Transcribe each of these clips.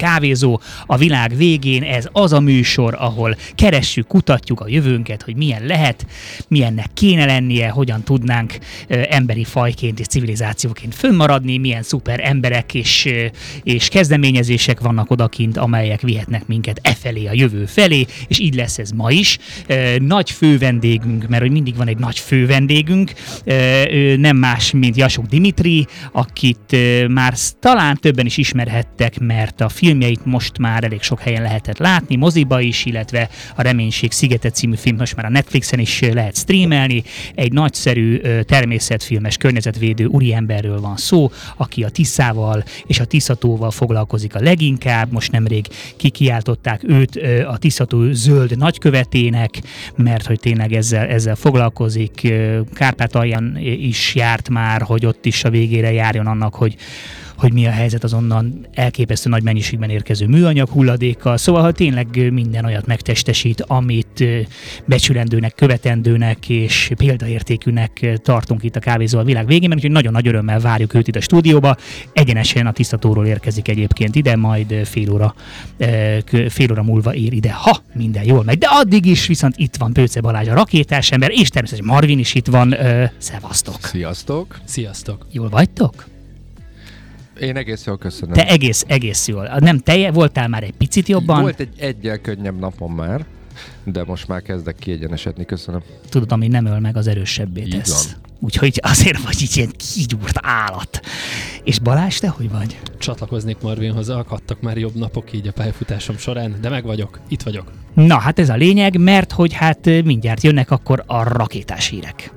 Kávézó a világ végén. Ez az a műsor, ahol keressük, kutatjuk a jövőnket, hogy milyen lehet, milyennek kéne lennie, hogyan tudnánk emberi fajként és civilizációként fönnmaradni, milyen szuper emberek és kezdeményezések vannak odakint, amelyek vihetnek minket felé, a jövő felé, és így lesz ez ma is. Nagy fővendégünk, mert hogy mindig van egy nagy fővendégünk, nem más, mint Jasuk Dimitri, akit már talán többen is ismerhettek, mert a filmjeit most már elég sok helyen lehetett látni, moziba is, illetve a Reménység szigete című film most már a Netflixen is lehet streamelni. Egy nagyszerű természetfilmes, környezetvédő úriemberről van szó, aki a Tiszával és a Tiszatóval foglalkozik a leginkább. Most nemrég kikiáltották őt a Tiszató zöld nagykövetének, mert hogy tényleg ezzel foglalkozik. Kárpátalján is járt már, hogy ott is a végére járjon annak, hogy mi a helyzet az onnan elképesztő nagy mennyiségben érkező műanyag hulladékkal. Szóval, ha tényleg minden olyat megtestesít, amit becsülendőnek, követendőnek és példaértékűnek tartunk itt a Kávézó a világ végén, úgyhogy nagyon nagy örömmel várjuk őt itt a stúdióba. Egyenesen a Tisztatóról érkezik egyébként ide, majd fél óra múlva ér ide, ha minden jól megy. De addig is viszont itt van Pőce Balázs, a rakétás ember, és természetesen Marvin is itt van. Szevasztok! Sziasztok! Sziasztok! Jól vagytok? Én egész jól köszönöm. Te egész jól. Nem te voltál már egy picit jobban? Volt egy egyel könnyebb napom már, de most már kezdek kiegyenesedni, köszönöm. Tudod, ami nem öl meg, az erősebbé tesz. Úgyhogy azért vagy így ilyen kigyúrt állat. És Balázs, te hogy vagy? Csatlakoznék Marvinhoz, akadtak már jobb napok így a pályafutásom során, de meg vagyok, itt vagyok. Na, hát ez a lényeg, mert hogy hát mindjárt jönnek akkor a rakétás hírek.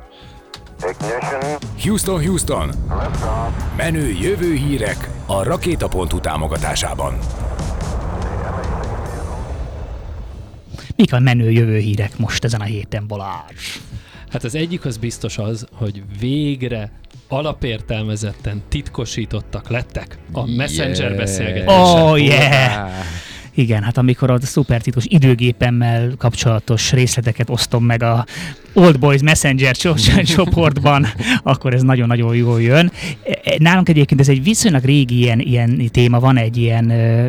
Houston! Menő jövő hírek a Rakéta.hu támogatásában. Mik a menő jövő hírek most ezen a héten, Balázs? Hát az egyik az biztos az, hogy végre alapértelmezetten titkosítottak lettek a Messenger beszélgetések. Oh yeah! Igen, hát amikor a szupertitkos időgépemmel kapcsolatos részleteket osztom meg a Old Boys Messenger csoportban, akkor ez nagyon-nagyon jól jön. Nálunk egyébként ez egy viszonylag régi ilyen téma, van egy ilyen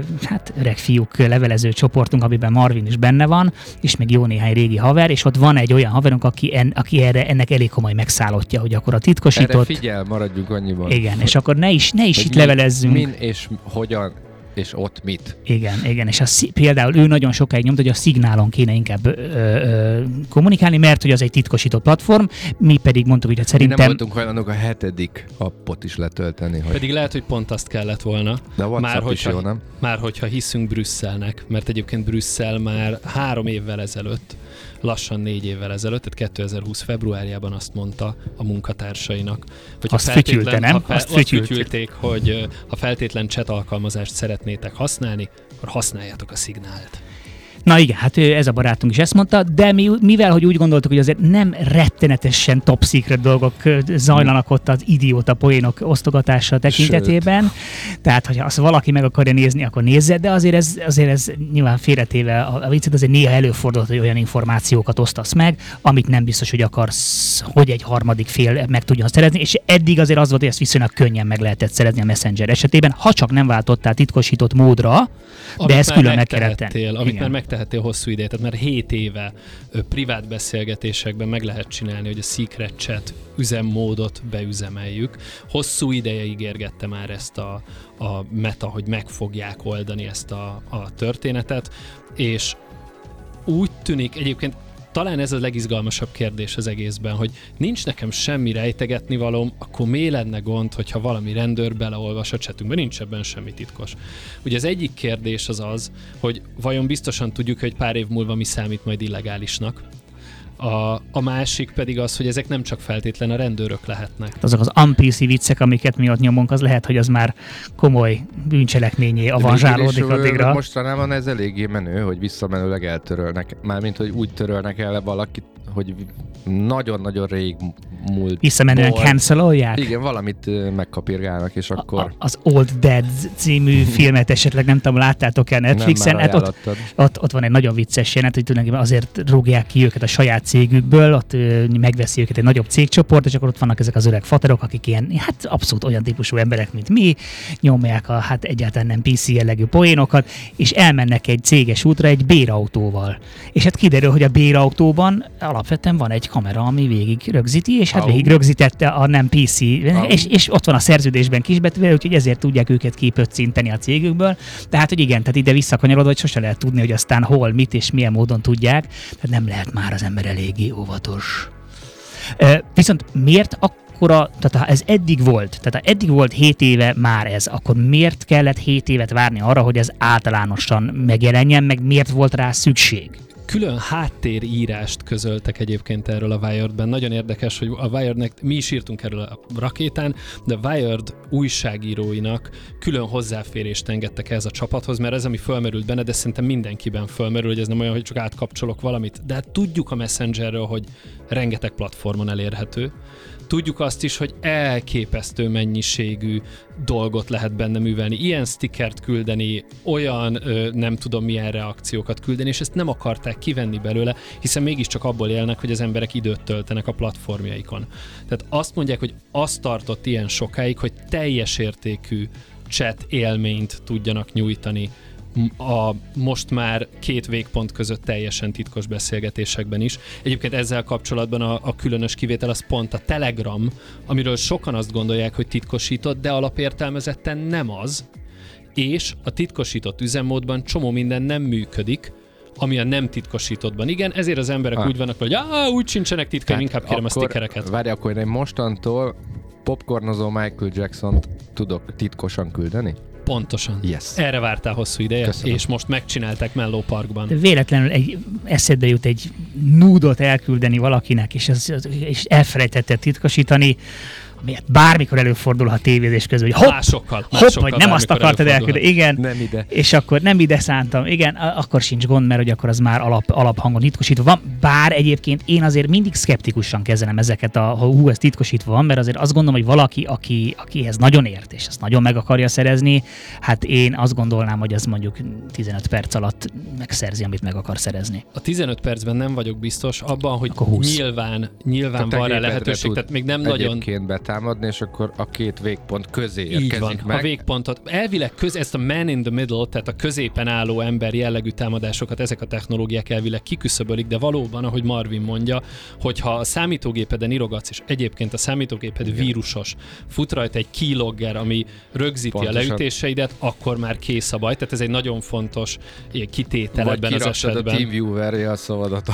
öreg fiúk levelező csoportunk, amiben Marvin is benne van, és még jó néhány régi haver, és ott van egy olyan haverunk, aki ennek elég komoly megszállottja, hogy akkor a titkosított... Erre figyel, maradjunk annyiban. Igen, és akkor ne is itt levelezzünk. Min és hogyan és ott mit. Igen, és például ő nagyon sokáig nyomta, hogy a Szignálon kéne inkább kommunikálni, mert hogy az egy titkosított platform, mi pedig mondtuk, hogy szerintem... Mi nem voltunk hajlandók a 7. appot is letölteni. Hogy... Pedig lehet, hogy pont azt kellett volna. De a WhatsApp is jó, nem? Már hogyha hiszünk Brüsszelnek, mert egyébként Brüsszel már 3 évvel ezelőtt, lassan 4 évvel ezelőtt, tehát 2020 februárjában azt mondta a munkatársainak, hogy azt fütyülte, nem? Azt fütyülték, hogy ha feltétlen chat alkalmazást szeretnétek használni, akkor használjátok a Szignált. Na igen, hát ez a barátunk is ezt mondta, de mivel hogy úgy gondoltuk, hogy azért nem rettenetesen top secret dolgok zajlanak ott az idióta poénok osztogatása tekintetében, tehát hogyha azt valaki meg akarja nézni, akkor nézze, de azért ez nyilván félretéve a viccet, azért néha előfordult, hogy olyan információkat osztasz meg, amit nem biztos, hogy akarsz, hogy egy harmadik fél meg tudjon szerezni, és eddig azért az volt, hogy ezt viszonylag könnyen meg lehetett szerezni a Messenger esetében, ha csak nem váltottál titkosított módra, de ezt külön meg kellett tenni. Amit már megtehettél hosszú ideje, tehát már 7 éve privát beszélgetésekben meg lehet csinálni, hogy a Secret Chat üzemmódot beüzemeljük. Hosszú ideje ígérgette már ezt a Meta, hogy meg fogják oldani ezt a történetet, és úgy tűnik egyébként, talán ez a legizgalmasabb kérdés az egészben, hogy nincs nekem semmi rejtegetni valóm, akkor mi lenne gond, hogyha valami rendőr beleolvas a chatünkbe, nincs ebben semmi titkos. Ugye az egyik kérdés az, hogy vajon biztosan tudjuk, hogy pár év múlva mi számít majd illegálisnak. A másik pedig az, hogy ezek nem csak feltétlen a rendőrök lehetnek. Azok az un-PC viccek, amiket mi ott nyomunk, az lehet, hogy az már komoly bűncselekményé avanzsálódik addigra. Mostanában ez eléggé menő, hogy visszamenőleg eltörölnek. Mármint, hogy úgy törölnek el valakit hogy nagyon-nagyon rég múlt. Visszamenően cancelolják? Igen, valamit megkapirgálnak, és akkor... Az Old Dead című filmet esetleg nem tudom, láttátok-e Netflixen? Nem, már ott van egy nagyon vicces jelenet, hogy tulajdonképpen azért rúgják ki őket a saját cégükből, ott megveszi őket egy nagyobb cégcsoport, és akkor ott vannak ezek az öreg faterok, akik ilyen, hát abszolút olyan típusú emberek, mint mi, nyomják a hát egyáltalán nem PC jellegű poénokat, és elmennek egy céges útra egy bérautóval. És hát kiderül, hogy a bérautóban alapvetően van egy kamera, ami végig rögzíti, és hát végig rögzítette a nem PC, és ott van a szerződésben kisbetűvel, úgyhogy ezért tudják őket kipöccinteni a cégükből. Tehát, hogy igen, tehát ide visszakanyarodva, hogy sose lehet tudni, hogy aztán hol, mit és milyen módon tudják, tehát nem lehet már az ember eléggé óvatos. Viszont miért tehát ha ez eddig volt, tehát ha eddig volt 7 éve már ez, akkor miért kellett 7 évet várni arra, hogy ez általánosan megjelenjen, meg miért volt rá szükség? Külön háttérírást közöltek egyébként erről a Wired-ben. Nagyon érdekes, hogy a Wired-nek, mi is írtunk erről a rakétán, de a Wired újságíróinak külön hozzáférést engedtek ez a csapathoz, mert ez, ami fölmerült benne, de szerintem mindenkiben fölmerül, hogy ez nem olyan, hogy csak átkapcsolok valamit. De hát tudjuk a Messengerről, hogy rengeteg platformon elérhető. Tudjuk azt is, hogy elképesztő mennyiségű dolgot lehet benne művelni. Ilyen stickert küldeni, olyan nem tudom milyen reakciókat küldeni, és ezt nem akarták kivenni belőle, hiszen mégiscsak abból élnek, hogy az emberek időt töltenek a platformjaikon. Tehát azt mondják, hogy azt tartott ilyen sokáig, hogy teljes értékű chat élményt tudjanak nyújtani a most már 2 végpont között teljesen titkos beszélgetésekben is. Egyébként ezzel kapcsolatban a különös kivétel az pont a Telegram, amiről sokan azt gondolják, hogy titkosított, de alapértelmezetten nem az, és a titkosított üzemmódban csomó minden nem működik, ami a nem titkosítottban. Igen, ezért az emberek úgy vannak, hogy úgy sincsenek titkaim, inkább kérem a stickereket. Várj, akkor én mostantól popcornozó Michael Jackson-t tudok titkosan küldeni? Pontosan. Yes. Erre vártál hosszú ideje, Köszönöm. És most megcsinálták Menlo Parkban. De véletlenül eszedbe jut egy nudot elküldeni valakinek, és elfelejtette titkosítani, miért bármikor előfordulhat tévézés közül, hogy másokkal hogy nem azt akartad elküldeni, igen, nem ide. És akkor nem ide szántam, igen, akkor sincs gond, mert hogy akkor az már alaphangon titkosítva van, bár egyébként én azért mindig szkeptikusan kezelem ezeket, ha ez titkosítva van, mert azért azt gondolom, hogy valaki, aki ez nagyon ért, és ezt nagyon meg akarja szerezni, hát én azt gondolnám, hogy az mondjuk 15 perc alatt megszerzi, amit meg akar szerezni. A 15 percben nem vagyok biztos, abban, hogy nyilván van rá lehetőség, tehát még nem nagyon támadni, és akkor a 2 végpont közé érkezik így van, meg. A végpontot. Elvileg ezt a man in the middle, tehát a középen álló ember jellegű támadásokat ezek a technológiák elvileg kiküszöbölik, de valóban, ahogy Marvin mondja, hogyha a számítógépeden írogatsz, és egyébként a számítógéped vírusos, fut rajta egy keylogger, ami rögzíti pontosan a leütéseidet, akkor már kész a baj. Tehát ez egy nagyon fontos kitétel ebben az esetben. Vagy a TeamViewer-re a szavadat.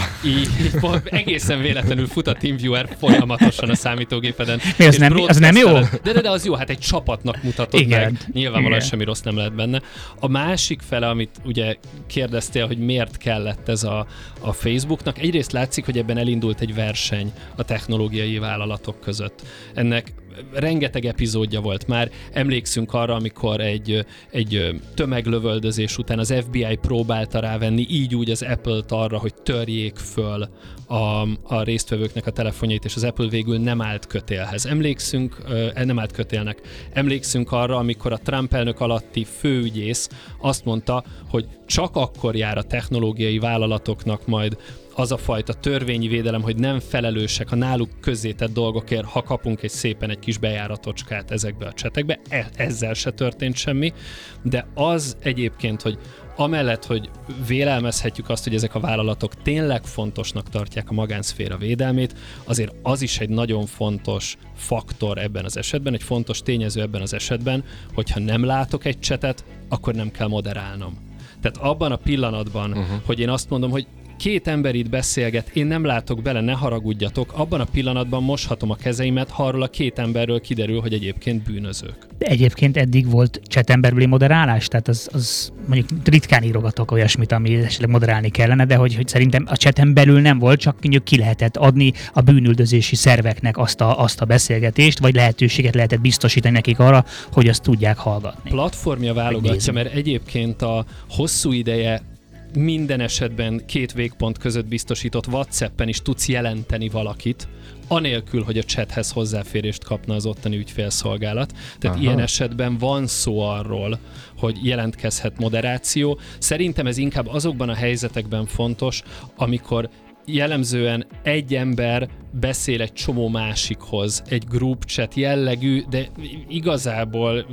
Egészen véletlenül fut a TeamViewer folyamatosan a számítógépeden. Az nem jó? De az jó, hát egy csapatnak mutatod meg. Nyilvánvalóan semmi rossz nem lehet benne. A másik fele, amit ugye kérdeztél, hogy miért kellett ez a Facebooknak, egyrészt látszik, hogy ebben elindult egy verseny a technológiai vállalatok között. Ennek rengeteg epizódja volt már. Emlékszünk arra, amikor egy tömeglövöldözés után az FBI próbálta rávenni így úgy az Apple-t arra, hogy törjék föl a résztvevőknek a telefonjait, és az Apple végül nem állt kötélhez. Nem állt kötélnek. Emlékszünk arra, amikor a Trump elnök alatti főügyész azt mondta, hogy csak akkor jár a technológiai vállalatoknak majd az a fajta törvényi védelem, hogy nem felelősek a náluk közzétett dolgokért, ha kapunk szépen egy kis bejáratocskát ezekbe a csetekbe. Ezzel se történt semmi, de az egyébként, hogy amellett, hogy vélelmezhetjük azt, hogy ezek a vállalatok tényleg fontosnak tartják a magánszféra védelmét, azért az is egy nagyon fontos faktor ebben az esetben, egy fontos tényező ebben az esetben, hogyha nem látok egy csetet, akkor nem kell moderálnom. Tehát abban a pillanatban, hogy én azt mondom, hogy 2 ember itt beszélget, én nem látok bele, ne haragudjatok, abban a pillanatban moshatom a kezeimet, ha arról a 2 emberről kiderül, hogy egyébként bűnözők. De egyébként eddig volt chatemberbeli moderálás, tehát az mondjuk ritkán írogatok olyasmit, ami esetleg moderálni kellene, de hogy szerintem a chaten belül nem volt, csak mondjuk ki lehetett adni a bűnüldözési szerveknek azt a beszélgetést, vagy lehetőséget lehetett biztosítani nekik arra, hogy azt tudják hallgatni. Platformja válogatja, mert egyébként a hosszú ideje minden esetben 2 végpont között biztosított WhatsAppen is tudsz jelenteni valakit, anélkül, hogy a chathez hozzáférést kapna az ottani ügyfélszolgálat. Tehát ilyen esetben van szó arról, hogy jelentkezhet moderáció. Szerintem ez inkább azokban a helyzetekben fontos, amikor jellemzően egy ember beszél egy csomó másikhoz, egy group chat jellegű, de igazából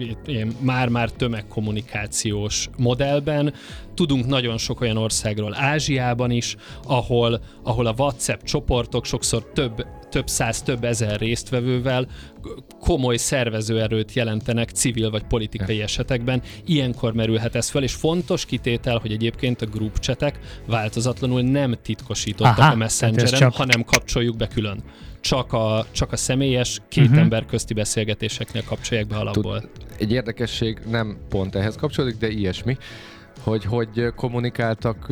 már tömegkommunikációs modellben. Tudunk nagyon sok olyan országról Ázsiában is, ahol a WhatsApp csoportok sokszor több száz, több ezer résztvevővel komoly szervezőerőt jelentenek civil vagy politikai esetekben. Ilyenkor merülhet ez fel, és fontos kitétel, hogy egyébként a group chatek változatlanul nem titkosítottak a Messengeren, hanem kapcsoljuk be külön. Csak a személyes, két ember közti beszélgetéseknél kapcsolják be alapból. Egy érdekesség nem pont ehhez kapcsolódik, de ilyesmi, hogy kommunikáltak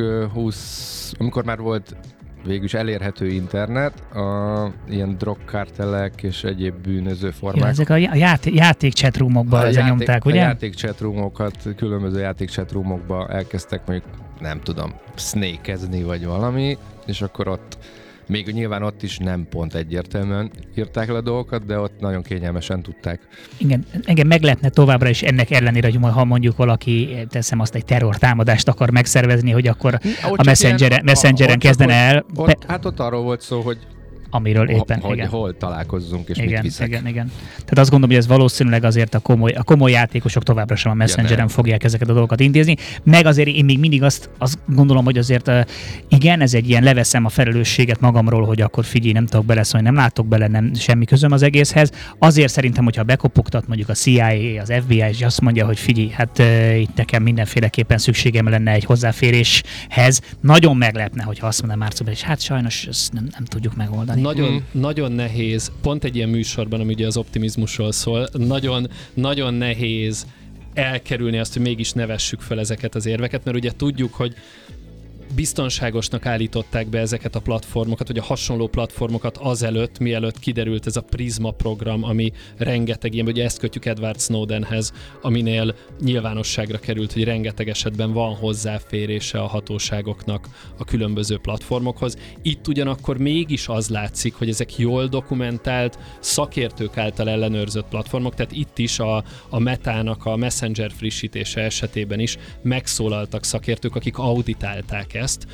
amikor már volt végülis elérhető internet, ilyen drogkártelek és egyéb bűnöző formák. Ja, ezek a játék chatroomokba nyomták, ugye? A játék chatroomokat, különböző játék chatroomokba elkezdtek mondjuk, nem tudom, snake-ezni vagy valami, és akkor ott még nyilván ott is nem pont egyértelműen írták le a dolgokat, de ott nagyon kényelmesen tudták. Igen, engem meglepne továbbra is ennek ellenére, hogy ha mondjuk valaki, teszem azt, egy terrortámadást akar megszervezni, hogy akkor a Messengeren kezdene el. Hát ott arról volt szó, hogy amiről éppen, hogy hol találkozzunk és mit viszek. Igen. Tehát azt gondolom, hogy ez valószínűleg azért a komoly játékosok továbbra sem a Messengeren fogják ezeket a dolgokat intézni. Meg azért én még mindig azt gondolom, hogy azért igen, ez egy ilyen leveszem a felelősséget magamról, hogy akkor figyelj, nem tudok beleszólni, nem látok bele, nem semmi közöm az egészhez. Azért szerintem, hogyha bekopogtat mondjuk a CIA, az FBI, és azt mondja, hogy figyelj, hát itt nekem mindenféleképpen szükségem lenne egy hozzáféréshez, nagyon meglepne, hogyha azt mondaná Márciusban, és hát sajnos ezt nem tudjuk megoldani. Nagyon nehéz, pont egy ilyen műsorban, ami ugye az optimizmusról szól, nagyon nehéz elkerülni azt, hogy mégis ne vessük fel ezeket az érveket, mert ugye tudjuk, hogy biztonságosnak állították be ezeket a platformokat, vagy a hasonló platformokat azelőtt, mielőtt kiderült ez a Prisma program, ami rengeteg ilyen, ugye ezt kötjük Edward Snowdenhez, aminél nyilvánosságra került, hogy rengeteg esetben van hozzáférése a hatóságoknak a különböző platformokhoz. Itt ugyanakkor mégis az látszik, hogy ezek jól dokumentált, szakértők által ellenőrzött platformok, tehát itt is a Metának a Messenger frissítése esetében is megszólaltak szakértők, akik auditálták ezt.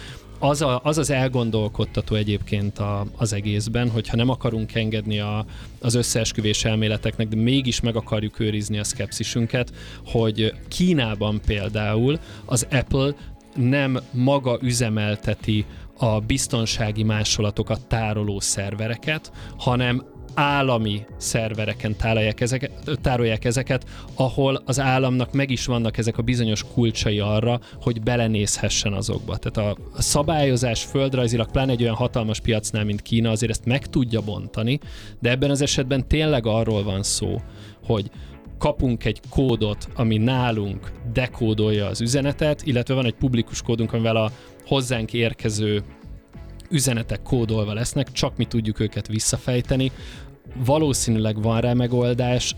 Az elgondolkodtató egyébként az egészben, hogyha nem akarunk engedni az összeesküvés elméleteknek, de mégis meg akarjuk őrizni a szkepszisünket, hogy Kínában például az Apple nem maga üzemelteti a biztonsági másolatokat tároló szervereket, hanem állami szervereken tárolják ezeket, ahol az államnak meg is vannak ezek a bizonyos kulcsai arra, hogy belenézhessen azokba. Tehát a szabályozás földrajzilag, pláne egy olyan hatalmas piacnál, mint Kína, azért ezt meg tudja bontani, de ebben az esetben tényleg arról van szó, hogy kapunk egy kódot, ami nálunk dekódolja az üzenetet, illetve van egy publikus kódunk, amivel a hozzánk érkező üzenetek kódolva lesznek, csak mi tudjuk őket visszafejteni. Valószínűleg van rá megoldás,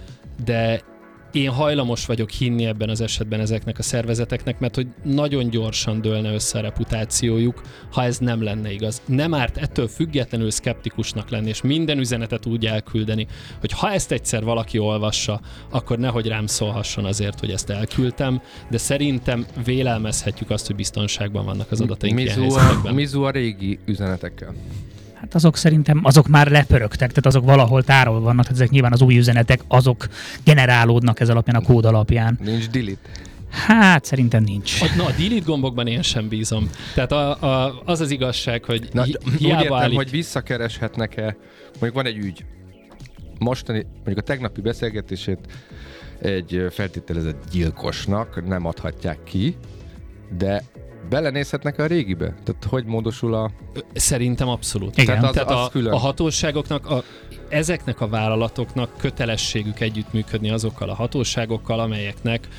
de én hajlamos vagyok hinni ebben az esetben ezeknek a szervezeteknek, mert hogy nagyon gyorsan dőlne össze a reputációjuk, ha ez nem lenne igaz. Nem árt ettől függetlenül szkeptikusnak lenni, és minden üzenetet úgy elküldeni, hogy ha ezt egyszer valaki olvassa, akkor nehogy rám szólhasson azért, hogy ezt elküldtem, de szerintem vélelmezhetjük azt, hogy biztonságban vannak az adataink ilyen helyzetekben. Mizu a régi üzenetekkel? Hát azok szerintem, azok már lepörögtek, tehát azok valahol tárolva vannak, tehát ezek nyilván az új üzenetek, azok generálódnak ez alapján, a kód alapján. Nincs delete? Hát szerintem nincs. A delete gombokban én sem bízom. Tehát az az igazság, hogy úgy értem, hogy visszakereshetnek-e, mondjuk van egy ügy, mostani, mondjuk a tegnapi beszélgetését egy feltételezett gyilkosnak nem adhatják ki, de belenézhetnek a régibe? Tehát hogy módosul a... Szerintem abszolút. Igen. Tehát a hatóságoknak, ezeknek a vállalatoknak kötelességük együttműködni azokkal a hatóságokkal, amelyeknek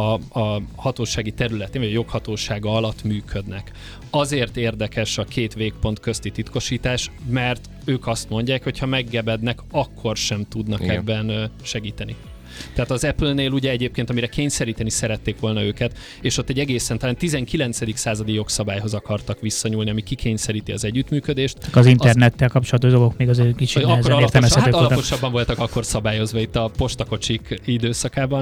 a hatósági területén, vagy a joghatósága alatt működnek. Azért érdekes a 2 végpont közti titkosítás, mert ők azt mondják, hogy ha meggebednek, akkor sem tudnak ebben segíteni. Tehát az Apple-nél ugye egyébként, amire kényszeríteni szerették volna őket, és ott egy egészen talán 19. századi jogszabályhoz akartak visszanyúlni, ami kikényszeríti az együttműködést. Az internettel kapcsolatos dolgok még azért kicsit nehezen értelmezhetők voltak. Alaposabban voltak akkor szabályozva itt a postakocsik időszakában,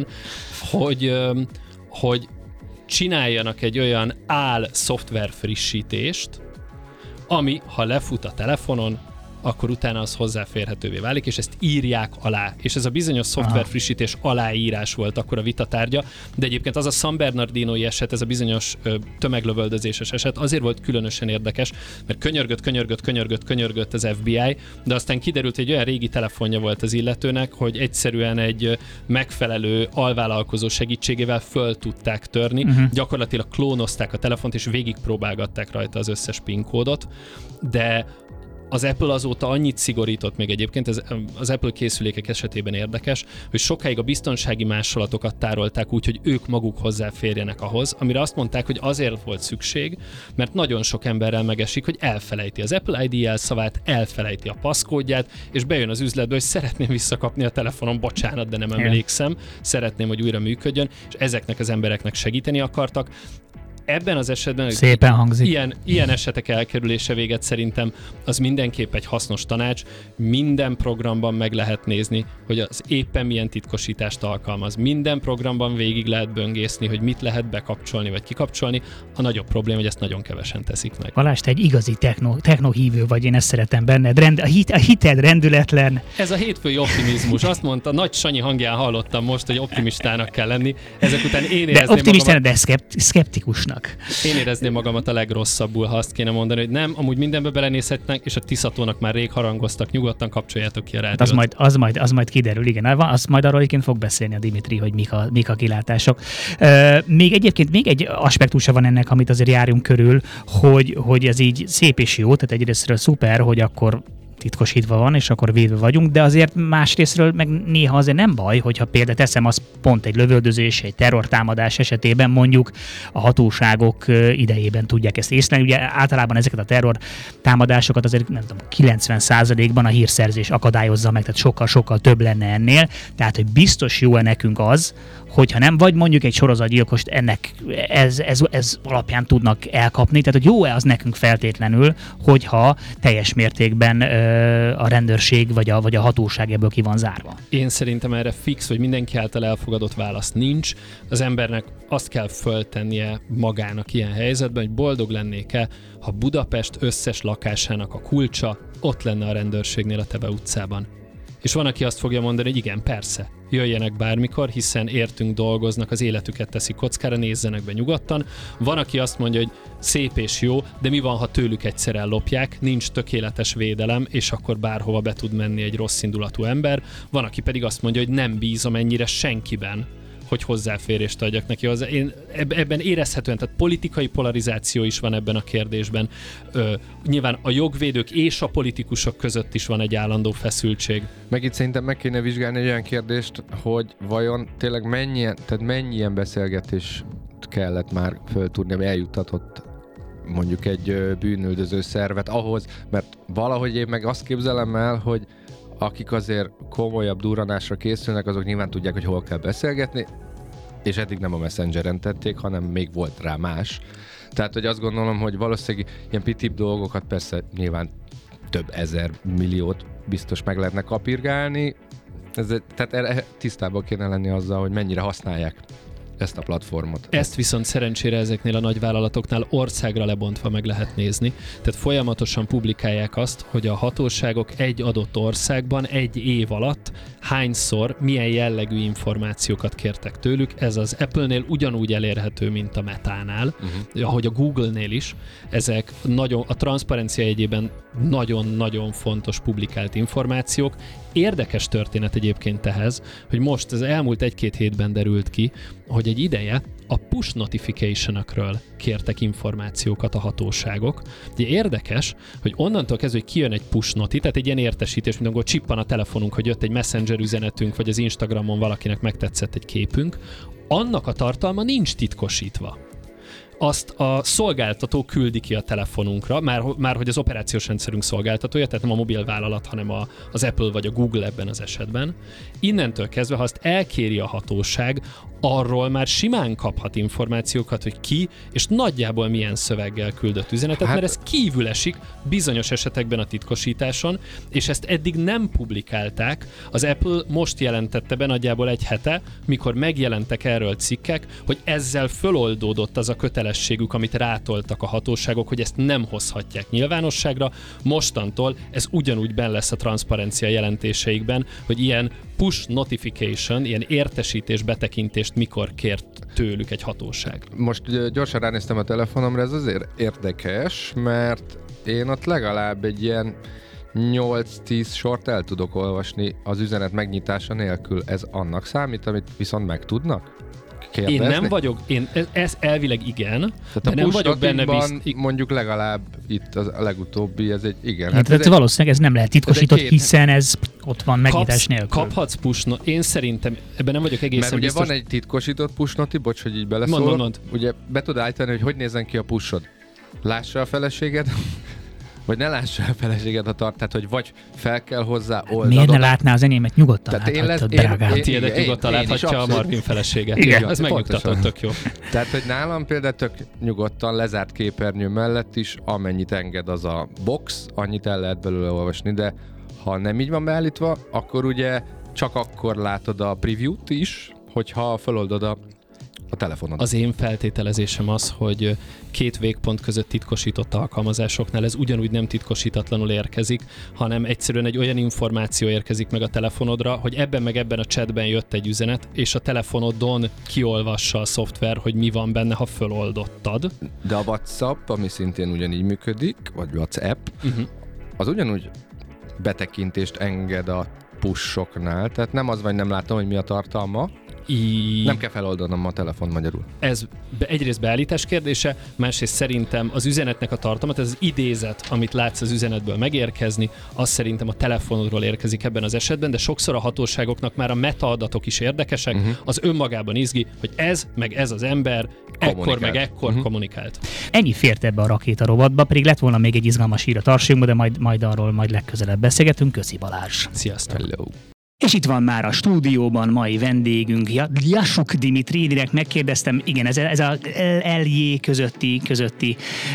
hogy csináljanak egy olyan szoftver frissítést, ami, ha lefut a telefonon, akkor utána az hozzáférhetővé válik, és ezt írják alá. És ez a bizonyos szoftverfrissítés aláírás volt akkor a vitatárgya, de egyébként az a San Bernardino-i eset, ez a bizonyos tömeglövöldözéses eset azért volt különösen érdekes, mert könyörgött az FBI, de aztán kiderült, hogy egy olyan régi telefonja volt az illetőnek, hogy egyszerűen egy megfelelő alvállalkozó segítségével föl tudták törni. Gyakorlatilag klónozták a telefont, és végigpróbálgatták rajta az összes PIN kódot, de az Apple azóta annyit szigorított még egyébként, ez az Apple készülékek esetében érdekes, hogy sokáig a biztonsági másolatokat tárolták úgy, hogy ők maguk hozzáférjenek ahhoz, amire azt mondták, hogy azért volt szükség, mert nagyon sok emberrel megesik, hogy elfelejti az Apple ID jelszavát, elfelejti a passzkódját, és bejön az üzletbe, hogy szeretném visszakapni a telefonom, bocsánat, de nem emlékszem, szeretném, hogy újra működjön, és ezeknek az embereknek segíteni akartak. Ebben az esetben szépen hangzik. Ilyen esetek elkerülése véget szerintem az mindenképp egy hasznos tanács. Minden programban meg lehet nézni, hogy az éppen milyen titkosítást alkalmaz. Minden programban végig lehet böngészni, hogy mit lehet bekapcsolni vagy kikapcsolni. A nagyobb probléma, hogy ezt nagyon kevesen teszik meg. Balázs, te egy igazi technohívő vagy, én ezt szeretem benned. A hited rendületlen. Ez a hétfői optimizmus. Azt mondta, Nagy Sanyi hangján hallottam most, hogy optimistának kell lenni. Ezek után én érezném de szkeptikusnak. Én érezném magamat a legrosszabbul, ha azt kéne mondani, hogy nem, amúgy mindenbe belenézhetnek, és a Tiszatónak már rég harangoztak, nyugodtan kapcsoljátok ki a rádiót. Az majd kiderül, igen. Azt majd arról egyébként fog beszélni a Dimitri, hogy mik a kilátások. Még egy aspektusa van ennek, amit azért járjunk körül, hogy ez így szép és jó, tehát egyrésztről szuper, hogy akkor titkosítva van, és akkor védve vagyunk, de azért másrésztről meg néha azért nem baj, hogyha például teszem, az pont egy lövöldözés, egy terrortámadás esetében mondjuk a hatóságok idejében tudják ezt észlelni. Ugye általában ezeket a terrortámadásokat azért nem tudom, 90%-ban a hírszerzés akadályozza meg, tehát sokkal-sokkal több lenne ennél. Tehát, hogy biztos jó-e nekünk az, hogyha nem, vagy mondjuk egy sorozatgyilkost ennek ez alapján tudnak elkapni, tehát hogy jó-e az nekünk feltétlenül, hogyha teljes mértékben a rendőrség vagy a hatóság ebből ki van zárva. Én szerintem erre fix, vagy mindenki által elfogadott válasz nincs. Az embernek azt kell föltennie magának ilyen helyzetben, hogy boldog lennék-e, ha Budapest összes lakásának a kulcsa ott lenne a rendőrségnél a Teve utcában. És van, aki azt fogja mondani, hogy igen, persze, jöjjenek bármikor, hiszen értünk dolgoznak, az életüket teszik kockára, nézzenek be nyugodtan. Van, aki azt mondja, hogy szép és jó, de mi van, ha tőlük egyszer ellopják, nincs tökéletes védelem, és akkor bárhova be tud menni egy rossz indulatú ember. Van, aki pedig azt mondja, hogy nem bízom ennyire senkiben, hogy hozzáférést adjak neki. Én ebben érezhetően, tehát politikai polarizáció is van ebben a kérdésben. Nyilván a jogvédők és a politikusok között is van egy állandó feszültség. Meg itt szerintem meg kéne vizsgálni egy olyan kérdést, hogy vajon tényleg mennyi ilyen beszélgetést kellett már föltudni, ami eljuttatott mondjuk egy bűnüldöző szervet ahhoz, mert valahogy én meg azt képzelem el, hogy akik azért komolyabb durranásra készülnek, azok nyilván tudják, hogy hol kell beszélgetni, és eddig nem a Messengeren tették, hanem még volt rá más. Tehát, hogy azt gondolom, hogy valószínűleg ilyen pitibb dolgokat persze nyilván több ezer milliót biztos meg lehetne kapirgálni, tehát erre tisztában kéne lenni azzal, hogy mennyire használják ezt a platformot. Ezt viszont szerencsére ezeknél a nagyvállalatoknál országra lebontva meg lehet nézni. Tehát folyamatosan publikálják azt, hogy a hatóságok egy adott országban egy év alatt hányszor, milyen jellegű információkat kértek tőlük. Ez az Apple-nél ugyanúgy elérhető, mint a Metánál, ahogy a Google-nél is. Ezek a transzparencia jegyében nagyon-nagyon fontos publikált információk. Érdekes történet egyébként ehhez, hogy most az elmúlt 1-2 hétben derült ki, hogy egy ideje a push notification-ökről kértek információkat a hatóságok. Ugye érdekes, hogy onnantól kezdve, hogy kijön egy push noti, tehát egy ilyen értesítés, mint amikor csippan a telefonunk, hogy jött egy Messenger üzenetünk, vagy az Instagramon valakinek megtetszett egy képünk, annak a tartalma nincs titkosítva. azt a szolgáltató küldi ki a telefonunkra, már hogy az operációs rendszerünk szolgáltatója, tehát nem a mobilvállalat, hanem az Apple vagy a Google ebben az esetben. Innentől kezdve, ha azt elkéri a hatóság, arról már simán kaphat információkat, hogy ki és nagyjából milyen szöveggel küldött üzenetet, mert ez kívül esik bizonyos esetekben a titkosításon, és ezt eddig nem publikálták. Az Apple most jelentette be nagyjából egy hete, mikor megjelentek erről cikkek, hogy ezzel föloldódott az a kötelességük, amit rátoltak a hatóságok, hogy ezt nem hozhatják nyilvánosságra. Mostantól ez ugyanúgy benn lesz a transzparencia jelentéseikben, hogy ilyen push notification, ilyen értesítés, betekintést mikor kért tőlük egy hatóság. Most gyorsan ránéztem a telefonomra, ez azért érdekes, mert én ott legalább egy ilyen 8-10 sort el tudok olvasni az üzenet megnyitása nélkül. Ez annak számít, amit viszont megtudnak? Kérdezni? Én nem vagyok, ez elvileg igen, tehát de nem vagyok benne mondjuk legalább itt a legutóbbi, ez egy igen. Hát ez valószínűleg ez nem lehet titkosított, hiszen ez ott van megnyitás nélkül. Kaphatsz push én szerintem, ebben nem vagyok egészen mert biztos. Mert ugye van egy titkosított push noti, bocs, hogy így beleszólok. Mond. Ugye be tud állítani, hogy nézzen ki a pushod. Lássa a feleséged, vagy ne lássa a feleséged a tehát hogy vagy fel kell hozzá oldanod. Miért ne látná az enyémet? Nyugodtan láthatod, drágám. Tiédet nyugodtan láthatja a Martin feleséget. Igen, ez megnyugtatott, tök jó. Tehát, hogy nálam például tök nyugodtan lezárt képernyő mellett is, amennyit enged az a box, annyit el lehet belőle olvasni, de ha nem így van beállítva, akkor ugye csak akkor látod a preview-t is, hogyha feloldod a telefonod. Az én feltételezésem az, hogy két végpont között titkosított alkalmazásoknál ez ugyanúgy nem titkosítatlanul érkezik, hanem egyszerűen egy olyan információ érkezik meg a telefonodra, hogy ebben meg ebben a chatben jött egy üzenet, és a telefonodon kiolvassa a szoftver, hogy mi van benne, ha föloldottad. De a WhatsApp, ami szintén ugyanígy működik, vagy WhatsApp, az ugyanúgy betekintést enged a push-oknál, tehát nem az vagy nem látom, hogy mi a tartalma, nem kell feloldanom a telefon magyarul. Ez egyrészt beállítás kérdése, másrészt szerintem az üzenetnek a tartalmat, ez az idézet, amit látsz az üzenetből megérkezni, az szerintem a telefonodról érkezik ebben az esetben, de sokszor a hatóságoknak már a metaadatok is érdekesek, az önmagában izgi, hogy ez, meg ez az ember ekkor meg ekkor kommunikált. Ennyi fért ebbe a rakéta rovatba, pedig lett volna még egy izgalmas hír a tartsunkba, de majd arról legközelebb beszélgetünk. Köszi Balázs! Sziasztok! Hello. És itt van már a stúdióban mai vendégünk, Jasuk Dimitri, direkt megkérdeztem, igen, ez az LJ közötti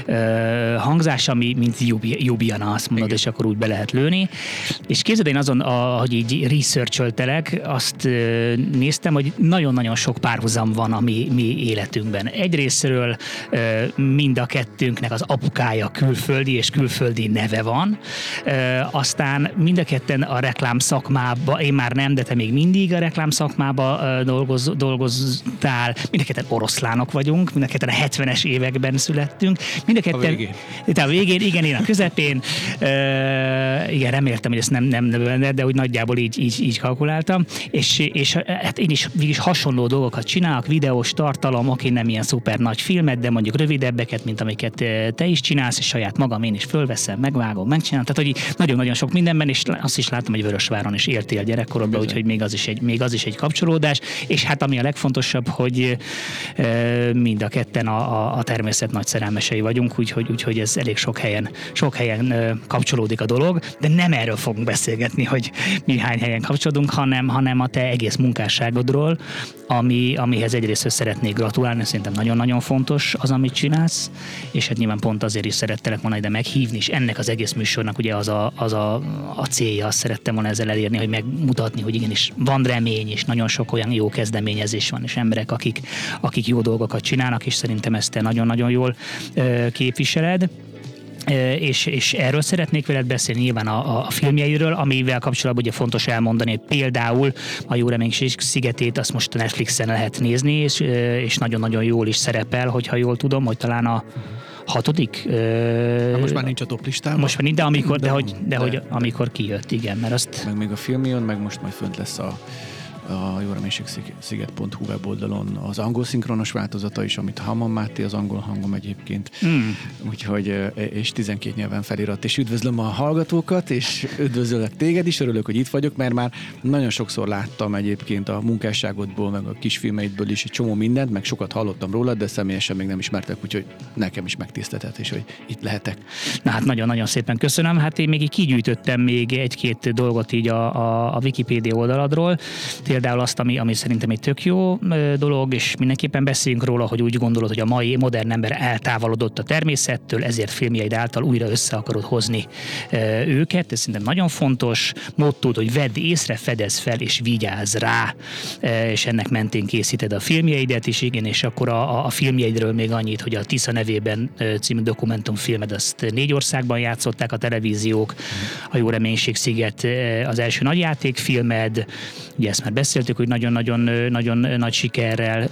hangzás, ami mint Jubiana, azt mondod, és akkor úgy be lehet lőni. És képzeld, én azon, hogy így research-öltelek, azt néztem, hogy nagyon-nagyon sok párhuzam van a mi életünkben. Egyrésztről mind a kettőnknek az apukája külföldi, és külföldi neve van. Aztán mind a ketten a reklám szakmában, én már nem, de te még mindig a reklám szakmába dolgoztál. Mind a ketten oroszlánok vagyunk, mind a ketten a 70-es években születtünk. Mind a ketten, a végén, igen, én a közepén. Igen, reméltem, hogy ezt nem de úgy nagyjából így kalkuláltam. És hát én is hasonló dolgokat csinálok, videós tartalom, oké, nem ilyen szuper nagy filmet, de mondjuk rövidebbeket, mint amiket te is csinálsz, és saját magam én is fölveszem, megvágom, megcsinálom. Tehát, hogy nagyon-nagyon sok mindenben, és azt is látom, hogy Vörösváron is éltél gyerekkorodban, úgyhogy még az is egy kapcsolódás. És hát ami a legfontosabb, hogy mind a ketten a természet nagy szerelmesei vagyunk, úgyhogy ez elég sok helyen kapcsolódik a dolog, de nem erről fogunk beszélgetni, hogy mi hány helyen kapcsolódunk, hanem a te egész munkásságodról, amihez egyrészt szeretnék gratulálni, szerintem nagyon-nagyon fontos az, amit csinálsz, és hát nyilván pont azért is szerettelek volna ide meghívni, és ennek az egész műsornak ugye az a célja, azt szerettem volna ezzel elérni, hogy megmutatni, hogy igenis van remény, és nagyon sok olyan jó kezdeményezés van, és emberek, akik jó dolgokat csinálnak, és szerintem ezt te nagyon-nagyon jól képviseled. És erről szeretnék veled beszélni, nyilván a filmjeiről, amivel kapcsolatban ugye fontos elmondani, hogy például a Jó Reménység szigetét azt most a Netflixen lehet nézni, és nagyon-nagyon jól is szerepel, hogyha jól tudom, hogy talán a 6. Most már nincs a top listában. Most már nincs, de hogy amikor kijött, igen, mert azt... Meg még a film jön, meg most majd fönt lesz a a jóreménység-sziget.hu weboldalon az angol szinkronos változata is, amit Hamman Máté, az angol hangom egyébként. Úgyhogy, és 12 nyelven felirat. És üdvözlöm a hallgatókat, és üdvözöllek téged is, örülök, hogy itt vagyok, mert már nagyon sokszor láttam egyébként a munkásságodból, meg a kisfilmeidből is egy csomó mindent, meg sokat hallottam rólad, de személyesen még nem ismertek, úgyhogy nekem is megtiszteltetés, hogy itt lehetek. Na hát nagyon-nagyon szépen köszönöm. Hát én még így kigyűjtöttem még egy-két dolgot így a Wikipédia oldaladról. Például azt, ami szerintem egy tök jó dolog, és mindenképpen beszéljünk róla, hogy úgy gondolod, hogy a mai modern ember eltávolodott a természettől, ezért filmjeid által újra össze akarod hozni őket. Ez szerintem nagyon fontos. Mottód, hogy vedd észre, fedezz fel, és vigyázz rá. És ennek mentén készíted a filmjeidet is, igen, és akkor a filmjeidről még annyit, hogy a Tisza nevében című dokumentumfilmed, azt 4 országban játszották a televíziók, a Jó Reménység sziget az első nagyjátékfilmed, ugye ezt már beszéltük, hogy nagyon nagy sikerrel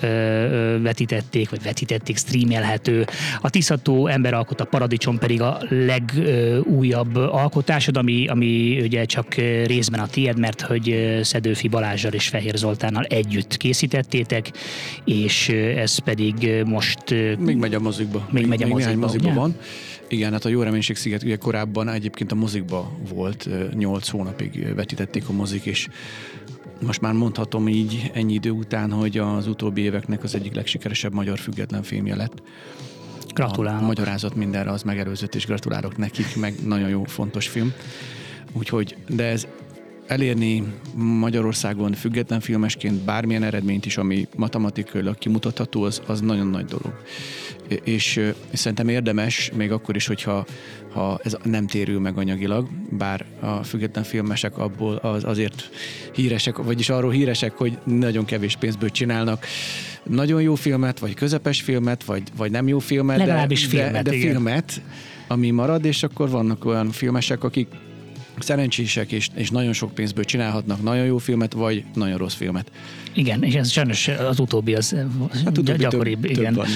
vetítették, streamelhető. A Tiszató emberalkot, a Paradicsom pedig a legújabb alkotásod, ami ugye csak részben a tiéd, mert hogy Szedőfi Balázsral és Fehér Zoltánnal együtt készítettétek, és ez pedig most... Még megy a mozikba. Még megy a mozikba van. Igen, hát a Jó Reménység sziget ugye korábban egyébként a mozikba volt, 8 hónapig vetítették a mozik, és most már mondhatom így ennyi idő után, hogy az utóbbi éveknek az egyik legsikeresebb magyar független filmje lett. Gratulálok. A magyarázat mindenre az megelőzött, és gratulálok nekik, meg nagyon jó, fontos film. Úgyhogy, de ez elérni Magyarországon független filmesként bármilyen eredményt is, ami matematikailag kimutatható, az nagyon nagy dolog. És szerintem érdemes, még akkor is, hogyha ez nem térül meg anyagilag, bár a független filmesek abból azért híresek, vagyis arról híresek, hogy nagyon kevés pénzből csinálnak nagyon jó filmet, vagy közepes filmet, vagy nem jó filmet, legalábbis de filmet, ami marad, és akkor vannak olyan filmesek, akik szerencsések, és nagyon sok pénzből csinálhatnak nagyon jó filmet, vagy nagyon rossz filmet. Igen, és ez sajnos az utóbbi az gyakoribb. Igen. Több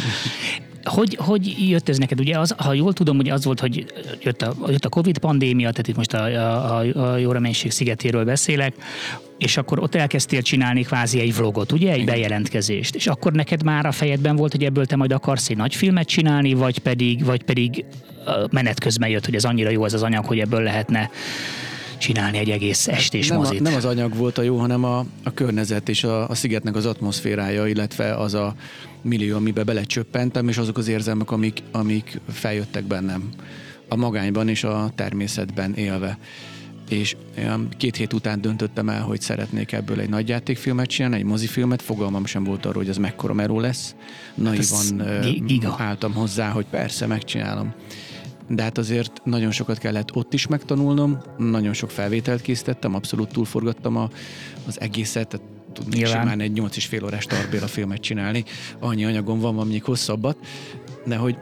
Hogy jött ez neked? Ugye ha jól tudom, ugye az volt, hogy jött a Covid pandémia, tehát itt most a Jó Reménység szigetéről beszélek, és akkor ott elkezdtél csinálni kvázi egy vlogot, ugye? Egy bejelentkezést. És akkor neked már a fejedben volt, hogy ebből te majd akarsz egy nagy filmet csinálni, vagy pedig menet közben jött, hogy ez annyira jó ez az anyag, hogy ebből lehetne csinálni egy egész estés mozit. Nem az anyag volt a jó, hanem a környezet és a szigetnek az atmoszférája, illetve az a millió, amiben belecsöppentem, és azok az érzelmek, amik feljöttek bennem a magányban és a természetben élve. És 2 hét után döntöttem el, hogy szeretnék ebből egy nagyjátékfilmet csinálni, egy mozifilmet, fogalmam sem volt arról, hogy ez mekkora meló lesz. Naivan álltam hozzá, hogy persze, megcsinálom. De hát azért nagyon sokat kellett ott is megtanulnom, nagyon sok felvételt készítettem, abszolút túlforgattam az egészet, tudnék simán egy 8,5 órás Tarbéla filmet csinálni, annyi anyagom van még hosszabbat, de hogy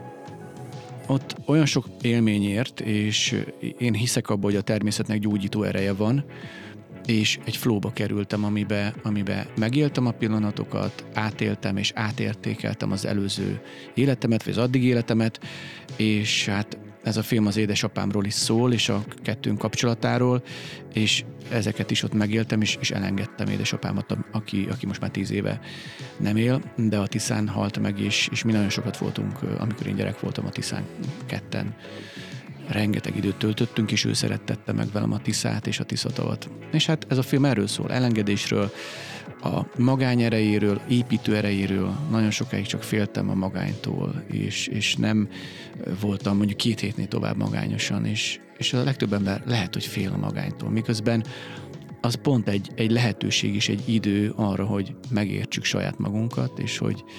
ott olyan sok élményért, és én hiszek abban, hogy a természetnek gyógyító ereje van, és egy flowba kerültem, amibe megéltem a pillanatokat, átéltem és átértékeltem az előző életemet, vagy az addig életemet, és hát ez a film az édesapámról is szól, és a kettőnk kapcsolatáról, és ezeket is ott megéltem, és elengedtem édesapámat, aki most már 10 éve nem él, de a Tiszán halt meg, és mi nagyon sokat voltunk, amikor én gyerek voltam a Tiszán ketten. Rengeteg időt töltöttünk, és ő szerettette meg velem a Tiszát és a Tiszatavat. És hát ez a film erről szól, elengedésről, a magány erejéről, építő erejéről. Nagyon sokáig csak féltem a magánytól, és nem voltam mondjuk 2 hétnél tovább magányosan, és a legtöbb ember lehet, hogy fél a magánytól. Miközben az pont egy lehetőség és egy idő arra, hogy megértsük saját magunkat, és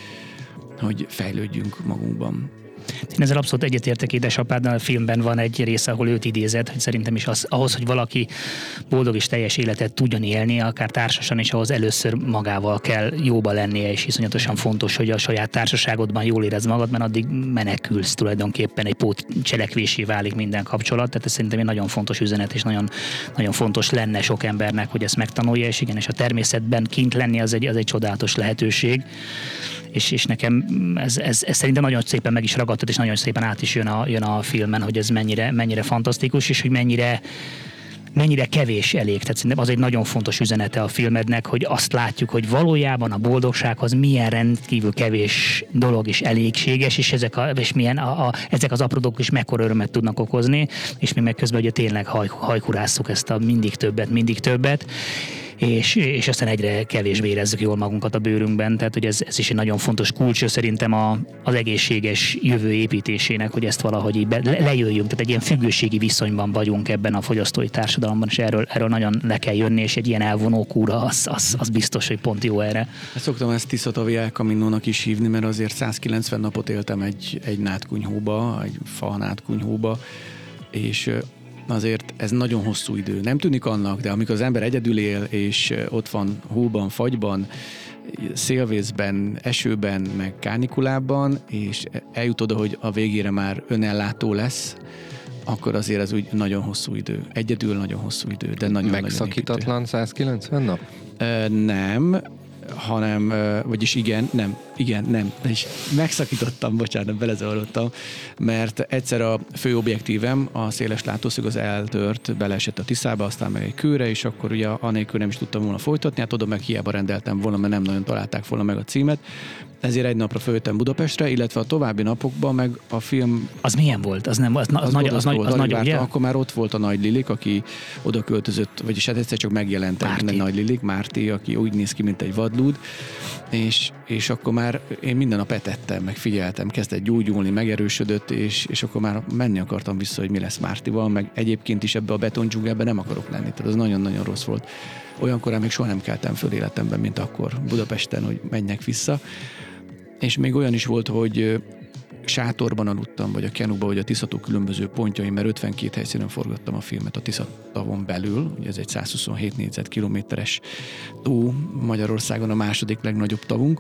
hogy fejlődjünk magunkban. Én ezzel abszolút egyetértek, édesapádnál a filmben van egy része, ahol őt idézett, hogy szerintem is ahhoz, hogy valaki boldog és teljes életet tudjon élni, akár társasan is, ahhoz először magával kell jóba lennie, és iszonyatosan fontos, hogy a saját társaságodban jól érezd magad, mert addig menekülsz tulajdonképpen, egy pótcselekvésé válik minden kapcsolat, tehát ez szerintem egy nagyon fontos üzenet, és nagyon, nagyon fontos lenne sok embernek, hogy ezt megtanulja, és igen, és a természetben kint lenni az egy csodálatos lehetőség. És nekem ez szerintem nagyon szépen meg is ragadtat, és nagyon szépen át is jön a filmen, hogy ez mennyire fantasztikus, és hogy mennyire mennyire kevés elég. Tehát szerintem az egy nagyon fontos üzenete a filmednek, hogy azt látjuk, hogy valójában a boldogsághoz milyen rendkívül kevés dolog is elégséges, és ezek az apró dolgok is mekkora örömet tudnak okozni, és mi meg közben ugye tényleg hajkurásszuk ezt a mindig többet, és aztán egyre kevésbé érezzük jól magunkat a bőrünkben, tehát hogy ez is egy nagyon fontos kulcsa szerintem az egészséges jövő építésének, hogy ezt valahogy így lejöjjünk, tehát egy ilyen függőségi viszonyban vagyunk ebben a fogyasztói társadalomban, és erről nagyon le kell jönni, és egy ilyen elvonó kúra, az biztos, hogy pont jó erre. Szoktam ezt Tiszatavi El Caminónak is hívni, mert azért 190 napot éltem egy nádkunyhóba, egy fa nádkunyhóba, és azért ez nagyon hosszú idő. Nem tűnik annak, de amikor az ember egyedül él, és ott van hóban, fagyban, szélvészben, esőben, meg kánikulában, és eljut oda, hogy a végére már önellátó lesz, akkor azért ez úgy nagyon hosszú idő. Egyedül nagyon hosszú idő, de nagyon megszakítatlan 190 nap? Nem, hanem, vagyis nem, és megszakítottam, bocsánat, belezavarodtam, mert egyszer a fő objektívem, a széles látószög az eltört, beleesett a Tiszába, aztán meg egy kőre, és akkor ugye anélkül nem is tudtam volna folytatni, hát oda meg hiába rendeltem volna, mert nem nagyon találták volna meg a címet. Ezért egy napra följöttem Budapestre, illetve a további napokban meg a film... Az milyen volt? Az nagy, ugye? Akkor már ott volt a Nagy Lilik, aki oda költözött, vagyis hát egyszer csak megjelent egy Nagy Lilik, Márti, aki úgy néz ki, mint egy vadlúd, és akkor már én minden nap etettem, meg figyeltem, kezdett gyógyulni, megerősödött, és akkor már menni akartam vissza, hogy mi lesz Mártival, meg egyébként is ebbe a betondzsungelbe nem akarok lenni, tehát az nagyon-nagyon rossz volt. Olyankorán még soha nem keltem föl életemben, mint akkor Budapesten, hogy menjek vissza. És még olyan is volt, hogy sátorban aludtam, vagy a Kenuba, vagy a Tiszató különböző pontjain, mert 52 helyszínen forgattam a filmet a Tiszatavon belül, ugye ez egy 127 négyzetkilométeres tó, Magyarországon a második legnagyobb tavunk,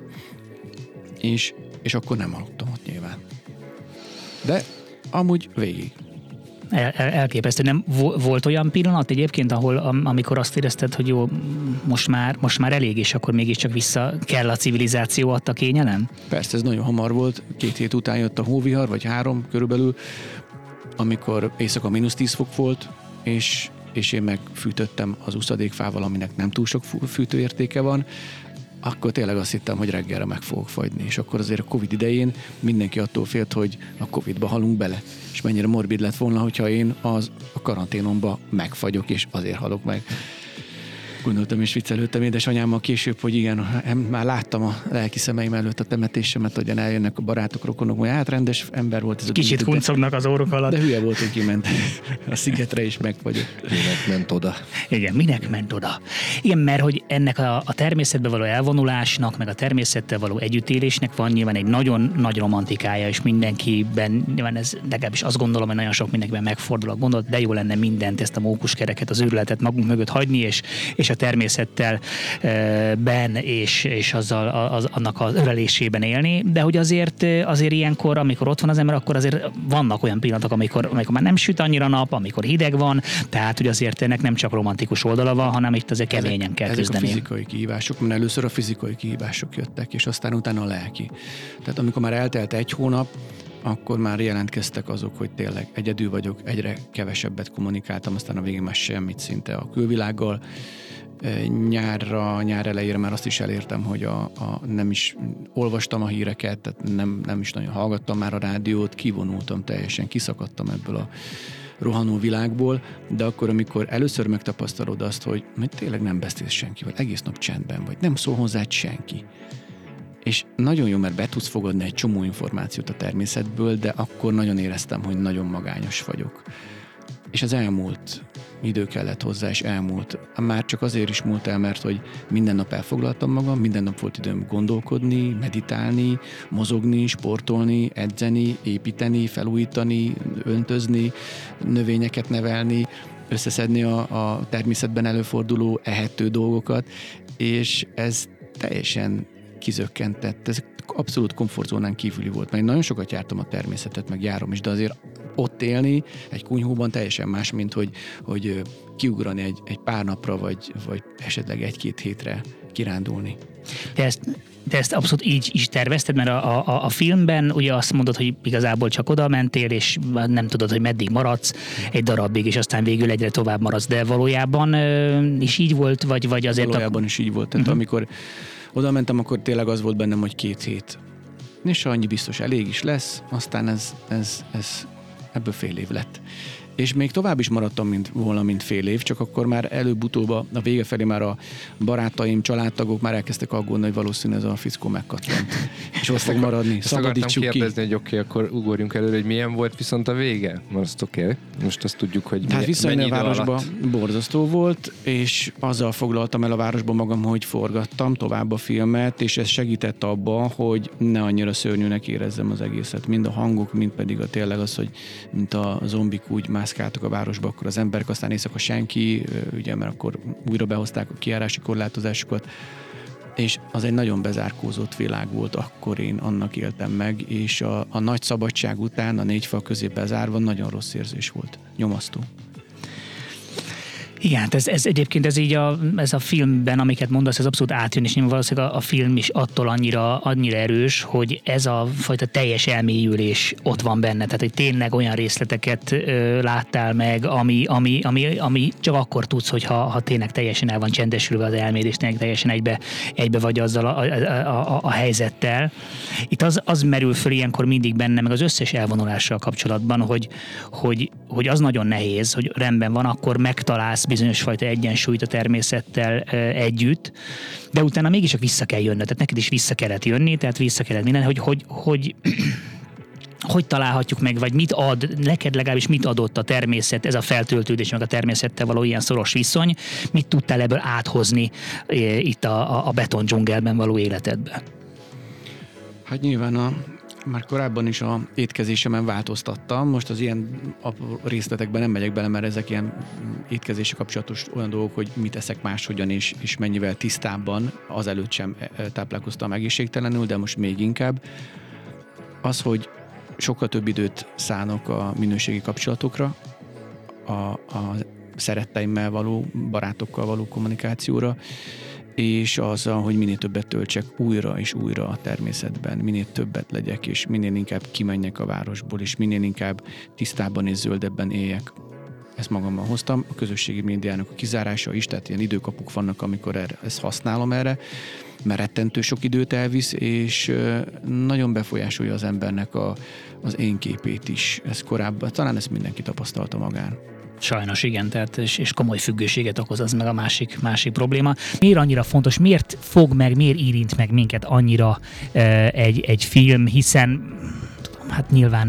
és akkor nem aludtam ott nyilván. De amúgy végig. Elképesztő. Nem volt olyan pillanat egyébként, amikor azt érezted, hogy jó, most már elég, és akkor mégiscsak vissza kell a civilizáció adta kényelem? Persze, ez nagyon hamar volt. 2 hét után jött a hóvihar, vagy 3 körülbelül, amikor éjszaka -10 fok volt, és én megfűtöttem az úszadékfával, aminek nem túl sok fűtőértéke van, akkor tényleg azt hittem, hogy reggelre meg fogok fagyni. És akkor azért a Covid idején mindenki attól félt, hogy a Covidba halunk bele. És mennyire morbid lett volna, hogyha én a karanténomba megfagyok, és azért halok meg. Gondoltam és viccelődtem édesanyámmal később, hogy igen, már láttam a lelki szemeim előtt a temetésemet, hogyan eljönnek a barátok, rokonok, hogy hát rendes ember volt ez a kicsit huncognak az órok alatt. De hülye volt, hogy kiment a szigetre, és megfagyott. Minek ment oda? Igen, minek ment oda? Igen, mert hogy ennek a természetbe való elvonulásnak, meg a természettel való együttélésnek van nyilván egy nagyon nagy romantikája, és mindenkiben, nyilván ez legalábbis azt gondolom, hogy nagyon sok mindenkiben megfordul a gondolat, de jó lenne mindent, ezt a mókuskereket, az őrületet magunk mögött hagyni, és a természettel és azzal annak az ölelésében élni, de hogy azért ilyenkor, amikor ott van az ember, akkor azért vannak olyan pillanatok, amikor már nem süt annyira nap, amikor hideg van, tehát hogy azért ennek nem csak romantikus oldala van, hanem itt azért keményen kell küzdeni. Ezek a fizikai kihívások, mert először a fizikai kihívások jöttek, és aztán utána a lelki. Tehát amikor már eltelt 1 hónap, akkor már jelentkeztek azok, hogy tényleg egyedül vagyok, egyre kevesebbet kommunikáltam, aztán a végén már semmit szinte a külvilággal. Nyár elejére már azt is elértem, hogy nem is olvastam a híreket, tehát nem is nagyon hallgattam már a rádiót, kivonultam teljesen, kiszakadtam ebből a rohanó világból, de akkor, amikor először megtapasztalod azt, hogy tényleg nem beszélsz senkivel, egész nap csendben vagy, nem szól hozzád senki. És nagyon jó, mert be tudsz fogadni egy csomó információt a természetből, de akkor nagyon éreztem, hogy nagyon magányos vagyok. És az elmúlt idő kellett hozzá, és elmúlt. Már csak azért is múlt el, mert hogy minden nap elfoglaltam magam, minden nap volt időm gondolkodni, meditálni, mozogni, sportolni, edzeni, építeni, felújítani, öntözni, növényeket nevelni, összeszedni a természetben előforduló ehető dolgokat, és ez teljesen kizökkentett. Ez abszolút komfortzónán kívüli volt. Meg nagyon sokat jártam a természetet, meg járom is, de azért ott élni egy kunyhóban teljesen más, mint hogy kiugrani egy pár napra, vagy esetleg 1-2 hétre kirándulni. Te ezt De ezt abszolút így is tervezted, mert a filmben ugye azt mondod, hogy igazából csak oda mentél, és nem tudod, hogy meddig maradsz egy darabig, és aztán végül egyre tovább maradsz, de valójában is így volt, vagy azért... Valójában is így volt. Tehát amikor oda mentem, akkor tényleg az volt bennem, hogy 2 hét. És annyi biztos elég is lesz, aztán ez ebből fél év lett. És még tovább is maradtam mint fél év, csak akkor már előbb-utóbb a vége felé már a barátaim, családtagok már elkezdtek aggódni, hogy valószínűleg ez a fickó megkattant. És azt fog maradni. Szabadítsuk ki. Kérdezni, hogy oké, akkor ugorjunk előre, hogy milyen volt viszont a vége? Most oké. Most azt tudjuk, hogy hát visszajönni a városba borzasztó volt, és azzal foglaltam el a városba magam, hogy forgattam tovább a filmet, és ez segített abba, hogy ne annyira szörnyűnek érezzem az egészet. Mind a hangok, mind pedig tényleg az, hogy mint a zombik úgy mászkáltak a városba, akkor az emberek, aztán éjszaka senki, ugye, mert akkor újra behozták a kijárási korlátozásokat, és az egy nagyon bezárkózott világ volt, akkor én annak éltem meg, és a nagy szabadság után, a 4 fal közé bezárva nagyon rossz érzés volt, nyomasztó. Igen, ez egyébként ez a filmben, amiket mondasz, ez abszolút átjön, és valószínűleg a film is attól annyira erős, hogy ez a fajta teljes elmélyülés ott van benne, tehát hogy tényleg olyan részleteket láttál meg, ami csak akkor tudsz, hogyha tényleg teljesen el van csendesülve az elméd, és tényleg teljesen egybe vagy azzal a helyzettel. Itt az merül föl ilyenkor mindig benne, meg az összes elvonulással kapcsolatban, hogy az nagyon nehéz, hogy rendben van, akkor megtalálsz bizonyos fajta egyensúlyt a természettel együtt, de utána mégis csak vissza kell jönnöd, tehát neked is vissza kellett jönni, tehát vissza kellett minden, hogy találhatjuk meg, vagy mit ad, neked legalábbis mit adott a természet, ez a feltöltődés, meg a természettel való ilyen szoros viszony, mit tudtál ebből áthozni itt a beton dzsungelben való életedbe? Hát nyilván már korábban is a étkezésemen változtattam. Most az ilyen részletekben nem megyek bele, mert ezek ilyen étkezése kapcsolatos olyan dolgok, hogy mit eszek máshogyan és mennyivel tisztábban. Azelőtt sem táplálkoztam egészségtelenül, de most még inkább. Az, hogy sokkal több időt szánok a minőségi kapcsolatokra, a szeretteimmel való, barátokkal való kommunikációra, és azzal, hogy minél többet töltsek újra és újra a természetben, minél többet legyek, és minél inkább kimenjek a városból, és minél inkább tisztábban és zöldebben éljek. Ezt magammal hoztam. A közösségi médiának a kizárása is, tehát ilyen időkapuk vannak, amikor ezt használom erre, mert rettentő sok időt elvisz, és nagyon befolyásolja az embernek az én képét is. Ez korábban, talán ezt mindenki tapasztalta magán. Sajnos igen, tehát és komoly függőséget okoz, az meg a másik probléma. Miért annyira fontos, miért érint meg minket annyira egy film, hiszen hát nyilván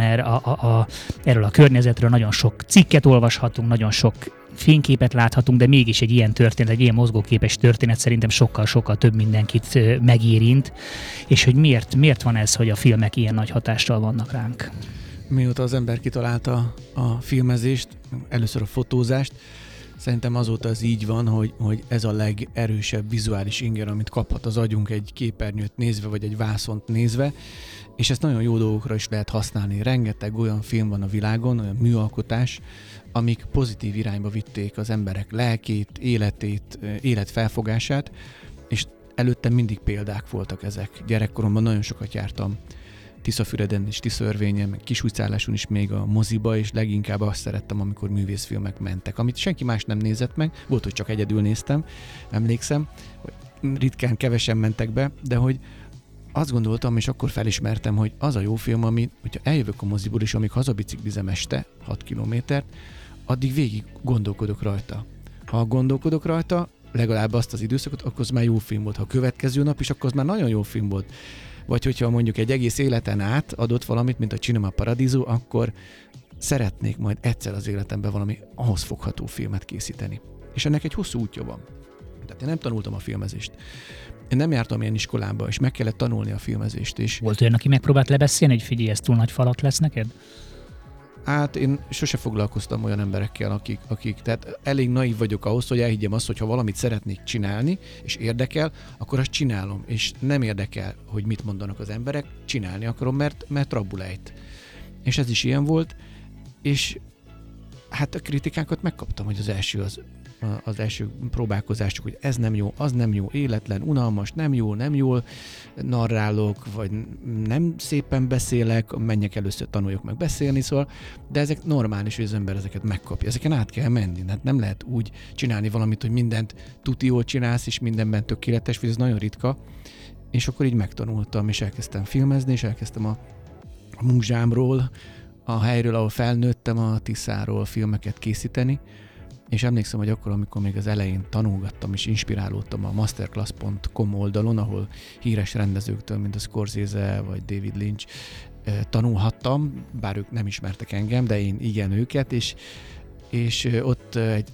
erről a környezetről nagyon sok cikket olvashatunk, nagyon sok fényképet láthatunk, de mégis egy ilyen történet, egy ilyen mozgóképes történet szerintem sokkal több mindenkit megérint, és hogy miért van ez, hogy a filmek ilyen nagy hatással vannak ránk? Mióta az ember kitalálta a filmezést, először a fotózást, szerintem azóta az így van, hogy ez a legerősebb vizuális inger, amit kaphat az agyunk egy képernyőt nézve, vagy egy vászont nézve, és ezt nagyon jó dolgokra is lehet használni. Rengeteg olyan film van a világon, olyan műalkotás, amik pozitív irányba vitték az emberek lelkét, életét, életfelfogását, és előttem mindig példák voltak ezek. Gyerekkoromban nagyon sokat jártam Tiszafüreden és Tiszaörvényen, meg Kisújcáláson is még a moziba, és leginkább azt szerettem, amikor művészfilmek mentek, amit senki más nem nézett meg, volt, hogy csak egyedül néztem, emlékszem, ritkán kevesen mentek be, de hogy azt gondoltam, és akkor felismertem, hogy az a jó film, ami, hogyha eljövök a moziból, és amíg hazabiciklizem este 6 kilométert, addig végig gondolkodok rajta. Ha gondolkodok rajta, legalább azt az időszakot, akkor az már jó film volt. Ha a következő nap is, akkor az már nagyon jó film volt. Vagy hogyha mondjuk egy egész életen át adott valamit, mint a Cinema Paradiso, akkor szeretnék majd egyszer az életemben valami ahhoz fogható filmet készíteni. És ennek egy hosszú útja van. Tehát én nem tanultam a filmezést. Én nem jártam ilyen iskolába, és meg kellett tanulni a filmezést is. Volt olyan, aki megpróbált lebeszélni, hogy figyelj, ez túl nagy falat lesz neked? Hát én sose foglalkoztam olyan emberekkel, akik tehát elég naív vagyok ahhoz, hogy elhiggyem azt, hogy ha valamit szeretnék csinálni, és érdekel, akkor azt csinálom, és nem érdekel, hogy mit mondanak az emberek, csinálni akarom, mert rabul ejt. És ez is ilyen volt, és hát a kritikákat megkaptam, hogy az első az első próbálkozások, hogy ez nem jó, az nem jó, életlen, unalmas, nem jól narrálok, vagy nem szépen beszélek, menjek először tanuljak meg beszélni, szóval, de ezek normális, hogy az ember ezeket megkapja. Ezeken át kell menni, hát nem lehet úgy csinálni valamit, hogy mindent tuti jól csinálsz, és mindenben tökéletes, vagy ez nagyon ritka, és akkor így megtanultam, és elkezdtem filmezni, és elkezdtem a múzsámról, a helyről, ahol felnőttem, a Tiszáról filmeket készíteni, és emlékszem, hogy akkor, amikor még az elején tanulgattam és inspirálódtam a masterclass.com oldalon, ahol híres rendezőktől, mint a Scorsese vagy David Lynch tanulhattam, bár ők nem ismertek engem, de én igen őket, és ott egy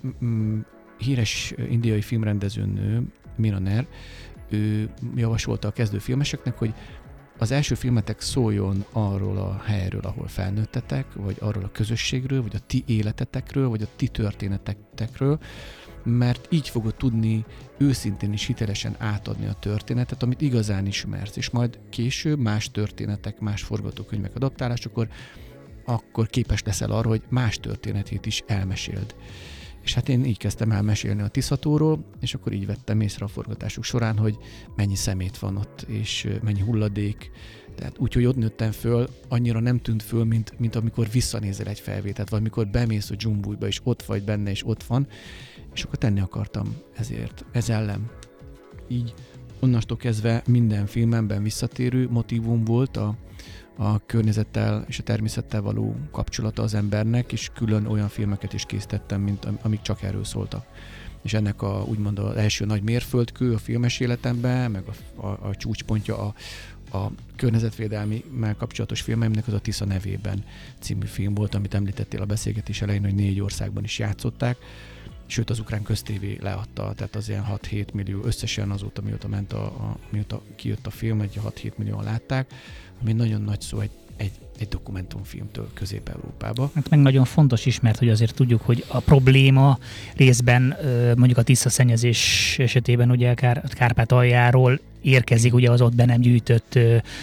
híres indiai filmrendezőnő, Mira Nair, ő javasolta a kezdő filmeseknek, hogy az első filmetek szóljon arról a helyről, ahol felnőttetek, vagy arról a közösségről, vagy a ti életetekről, vagy a ti történetekről, mert így fogod tudni őszintén és hitelesen átadni a történetet, amit igazán ismersz, és majd később más történetek, más forgatókönyvek adaptálásakor, akkor képes leszel arra, hogy más történetét is elmeséld. És hát én így kezdtem el mesélni a Tiszatóról, és akkor így vettem észre a forgatásuk során, hogy mennyi szemét van ott, és mennyi hulladék. Tehát úgy, hogy ott nőttem föl, annyira nem tűnt föl, mint amikor visszanézel egy felvételt, vagy amikor bemész a dzsumbújba, és ott vagy benne, és ott van, és akkor tenni akartam ez ellen. Így onnastól kezdve minden filmemben visszatérő motívum volt a környezettel és a természettel való kapcsolata az embernek, és külön olyan filmeket is készítettem, mint amik csak erről szóltak. És ennek úgymond az első nagy mérföldkő a filmes életemben, meg a csúcspontja a környezetvédelmivel kapcsolatos filmeimnek az a Tisza nevében című film volt, amit említettél a beszélgetés elején, hogy 4 országban is játszották, sőt az ukrán köztévé leadta, tehát az ilyen 6-7 millió, összesen azóta mióta mióta kijött a film, egy 6-7 millióan látták, ami nagyon nagy szó egy dokumentumfilmtől Közép-Európába. Hát meg nagyon fontos is, mert hogy azért tudjuk, hogy a probléma részben mondjuk a tisztaszennyezés esetében ugye Kárpátaljáról érkezik, ugye az ott be nem gyűjtött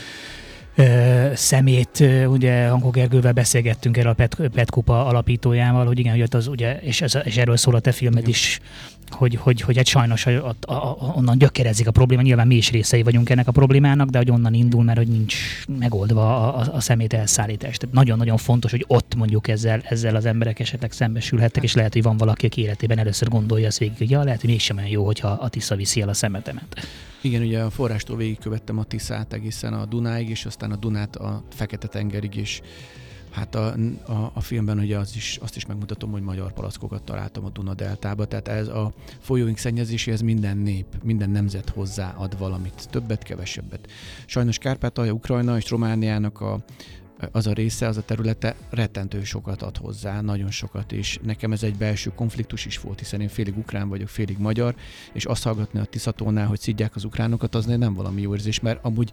szemét, ugye Hankó Gergővel beszélgettünk erről a Petkupa alapítójával, hogy igen, hogy az ugye, és erről szól a te filmed is, hogy hát sajnos onnan gyökerezik a probléma, nyilván mi is részei vagyunk ennek a problémának, de hogy onnan indul, mert hogy nincs megoldva a szemét elszállítás. Tehát nagyon-nagyon fontos, hogy ott mondjuk ezzel az emberek esetleg szembesülhettek, és lehet, hogy van valaki, aki életében először gondolja azt végig, hogy lehet, hogy mégsem olyan jó, hogyha a Tisza viszi el a szemetemet. Igen, ugye a forrástól végigkövettem a Tiszát egészen a Dunáig, és aztán a Dunát a Fekete-tengerig, és hát a filmben ugye azt is megmutatom, hogy magyar palackokat találtam a Duna deltába, tehát ez a folyóink szennyezéséhez minden nemzet hozzáad valamit, többet, kevesebbet. Sajnos Kárpátalja, Ukrajna és Romániának az a része, az a területe rettentő sokat ad hozzá, nagyon sokat, és nekem ez egy belső konfliktus is volt, hiszen én félig ukrán vagyok, félig magyar, és azt hallgatni a Tiszatónál, hogy szidják az ukránokat, az nem valami jó érzés, mert amúgy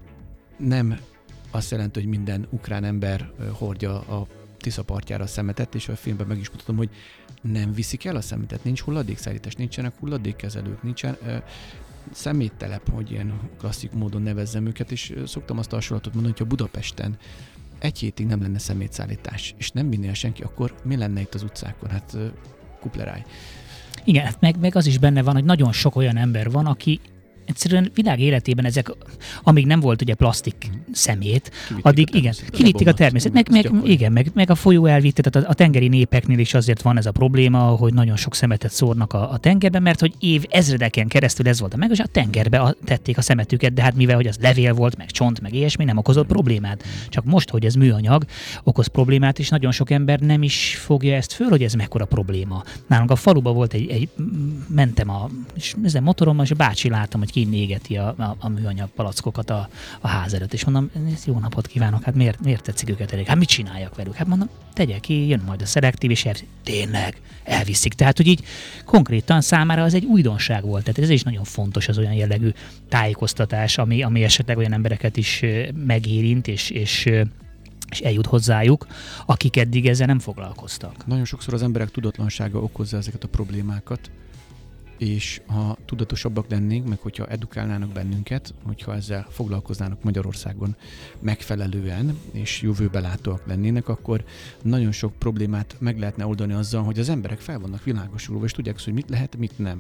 nem azt jelenti, hogy minden ukrán ember hordja a Tisza partjára a szemetet, és a filmben meg is mutatom, hogy nem viszik el a szemetet, nincs hulladékszállítás, nincsenek hulladékkezelők, nincsen szeméttelep, hogy ilyen klasszik módon nevezzem őket, és szoktam azt a hasonlatot mondani, hogy ha Budapesten egy hétig nem lenne szemétszállítás, és nem vinnél senki, akkor mi lenne itt az utcákon? Hát kupleráj. Igen, hát meg az is benne van, hogy nagyon sok olyan ember van, aki egyszerűen világ életében ezek, amíg nem volt ugye plastik szemét, addig igen, kivitték a természet, meg a folyó elvitte, tehát a tengeri népeknél is azért van ez a probléma, hogy nagyon sok szemetet szórnak a tengerbe, mert hogy ezredeken keresztül ez volt a meg, és a tengerbe tették a szemetüket, de hát mivel hogy az levél volt, meg csont, meg ilyesmi, nem okozott problémát. Csak most, hogy ez műanyag, okoz problémát, és nagyon sok ember nem is fogja ezt föl, hogy ez mekkora probléma. Nálunk a faluban volt mentem és ezen motorommal, és a bácsi láttam, hogy kinégeti a műanyag palackokat a ház előtt, és mondom, jó napot kívánok, hát miért tetszik őket elég? Hát mit csináljak velük? Hát mondom, tegye ki, jön majd a szelektív, és tényleg elviszik. Tehát, hogy így konkrétan számára az egy újdonság volt. Tehát ez is nagyon fontos, az olyan jellegű tájékoztatás, ami esetleg olyan embereket is megérint, és eljut hozzájuk, akik eddig ezzel nem foglalkoztak. Nagyon sokszor az emberek tudatlansága okozza ezeket a problémákat, és ha tudatosabbak lennénk, meg hogyha edukálnának bennünket, hogyha ezzel foglalkoznának Magyarországon megfelelően, és jövőbelátóak lennének, akkor nagyon sok problémát meg lehetne oldani azzal, hogy az emberek fel vannak világosulva, és tudják, hogy mit lehet, mit nem.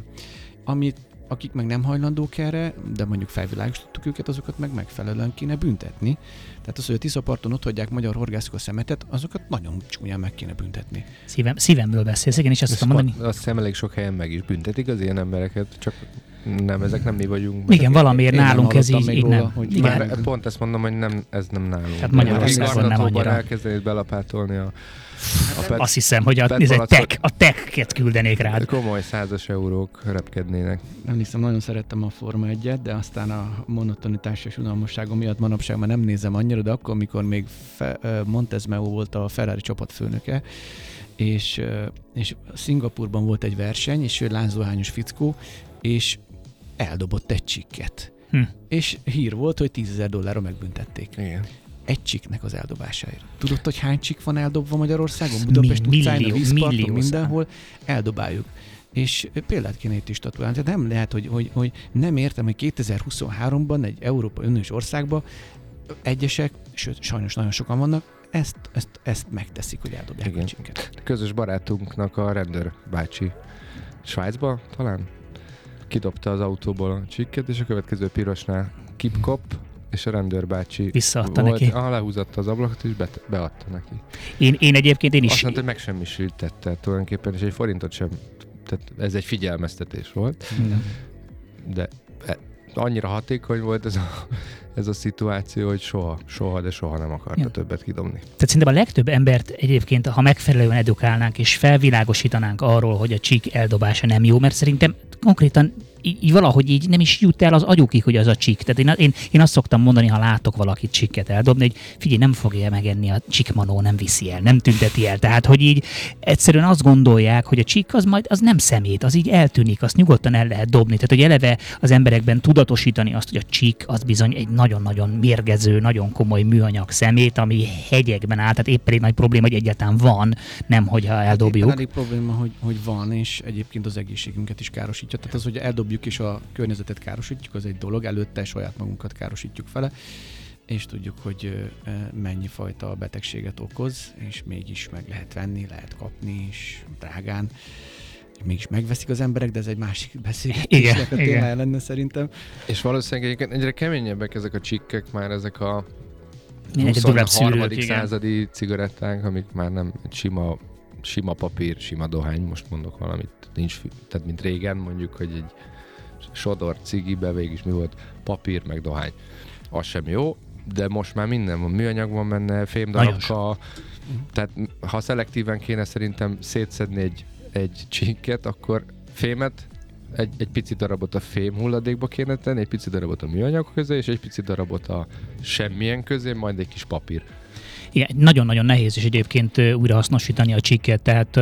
Akik meg nem hajlandók erre, de mondjuk felvilágosítottuk őket, azokat meg megfelelően kéne büntetni. Tehát az, hogy a Tiszaparton ott hagyják magyar horgászok a szemetet, azokat nagyon csúnyán meg kéne büntetni. Szívemről beszélsz, igen, és azt tudom mondani. Azt hiszem elég sok helyen meg is büntetik az ilyen embereket, csak ezek nem mi vagyunk. Igen, valamiért nálunk ez így nem. Hogy már pont ezt mondom, hogy ez nem nálunk. Tehát Magyarországon nem annyira. Elkezdenéd belapátolni azt hiszem, hogy a tech-ket küldenék rád. Komoly 100 eurók repkednének. Nem hiszem, nagyon szerettem a Forma 1-et, de aztán a monotonitás és unalmasságom miatt manapság már nem nézem annyira, de akkor, amikor még Montezemeo volt a Ferrari csapatfőnöke, és Szingapurban volt egy verseny, és ő lánzdohányos fickó, és eldobott egy csikket. És hír volt, hogy $10,000 megbüntették. Igen. Egy csiknek az eldobásáért. Tudod, hogy hány csik van eldobva Magyarországon? Budapest utcáin, a vízparton, mindenhol eldobáljuk. És példát kéne itt is statuálni. Tehát nem lehet, hogy nem értem, hogy 2023-ban egy Európa Uniós országban egyesek, sőt, sajnos nagyon sokan vannak, ezt megteszik, hogy eldobják a csinket. Közös barátunknak a rendőr bácsi Svájcba talán kidobta az autóból a csikket, és a következő pirosnál kip-kop, és a rendőrbácsi visszaadta neki. Lehúzatta az ablakot, és beadta neki. Én egyébként is... Azt mondta, hogy megsemmisítette tulajdonképpen, és egy forintot sem. Tehát ez egy figyelmeztetés volt. De annyira hatékony volt ez a szituáció, hogy soha nem akarta többet kidobni. Tehát szerintem a legtöbb embert egyébként, ha megfelelően edukálnánk és felvilágosítanánk arról, hogy a csík eldobása nem jó, mert szerintem konkrétan így valahogy így nem is jut el az agyukig, hogy az a csík. Tehát én azt szoktam mondani, ha látok valakit csikket eldobni, hogy figyelj, nem fogja megenni a csikmanó, nem viszi el, nem tünteti el. Tehát, hogy így egyszerűen azt gondolják, hogy a csík az nem szemét, az így eltűnik, azt nyugodtan el lehet dobni. Tehát, hogy eleve az emberekben tudatosítani azt, hogy a csík az bizony egy nagyon-nagyon mérgező, nagyon komoly műanyag szemét, ami hegyekben áll, tehát éppen egy nagy probléma, hogy egyáltalán van, nem hogyha eldobjuk. Elég probléma, hogy van, és egyébként az egészségünket is károsítja. Tehát az, hogy eldobjuk és a környezetet károsítjuk, az egy dolog, előtte saját magunkat károsítjuk vele, és tudjuk, hogy mennyi fajta betegséget okoz, és mégis meg lehet venni, lehet kapni, és drágán. Mégis megveszik az emberek, de ez egy másik beszélgetésnek a témája lenne szerintem. És valószínűleg egyébként egyre keményebbek ezek a csikkek, már ezek a 23. századi cigaretták, amik már nem egy sima papír, sima dohány, most mondok valamit, nincs, tehát mint régen mondjuk, hogy egy sodor cigibe végig is mi volt, papír meg dohány. Az sem jó, de most már minden van, műanyag van benne, fémdarabka, tehát ha szelektíven kéne szerintem szétszedni egy csikket, akkor fémet, egy pici darabot a fém hulladékba kéne tenni, egy pici darabot a műanyag közé, és egy pici darabot a semmilyen közé, majd egy kis papír. Igen, nagyon-nagyon nehéz is egyébként újrahasznosítani a csikket, tehát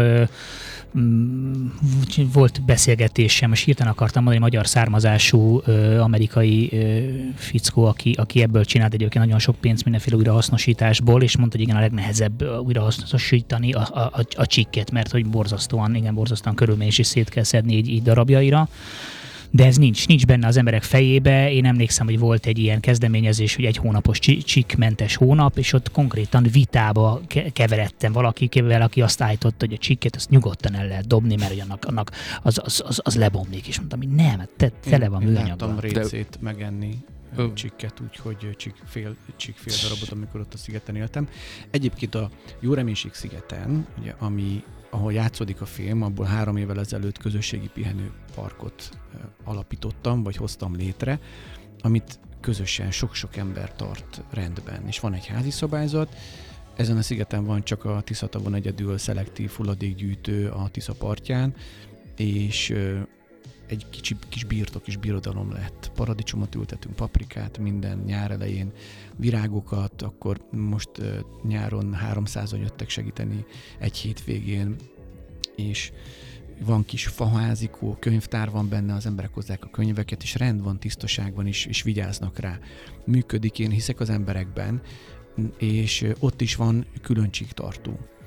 volt beszélgetésem, most hirtelen akartam mondani, magyar származású amerikai fickó, aki ebből csinált egyébként nagyon sok pénzt mindenféle újrahasznosításból, és mondta, hogy igen, a legnehezebb újrahasznosítani a csikket, mert hogy borzasztóan körülményes is szét kell szedni így darabjaira. De ez nincs benne az emberek fejébe. Én emlékszem, hogy volt egy ilyen kezdeményezés, hogy egy hónapos csikkmentes hónap, és ott konkrétan vitába keveredtem valakivel, aki azt állította, hogy a csikket azt nyugodtan el lehet dobni, mert annak az lebomlik. És mondtam, hogy nem, tele van műanyagban. Láttam részét megenni csikket, úgyhogy fél darabot, amikor ott a szigeten éltem. Egyébként a Jó Reménység szigeten, ugye, ahol játszódik a film, abból 3 évvel ezelőtt közösségi pihenőparkot alapítottam, vagy hoztam létre, amit közösen sok-sok ember tart rendben. És van egy házi szabályzat, ezen a szigeten van csak a Tiszatavon egyedül szelektív hulladékgyűjtő a Tisza partján, és egy kis birtok és birodalom lett. Paradicsomot ültetünk, paprikát minden nyár elején, virágokat, akkor most nyáron 300-an jöttek segíteni egy hétvégén, és van kis faházikó, könyvtár van benne, az emberek hozzák a könyveket, és rend van, tisztaság van, és vigyáznak rá. Működik, én hiszek az emberekben, és ott is van külön csíktartó.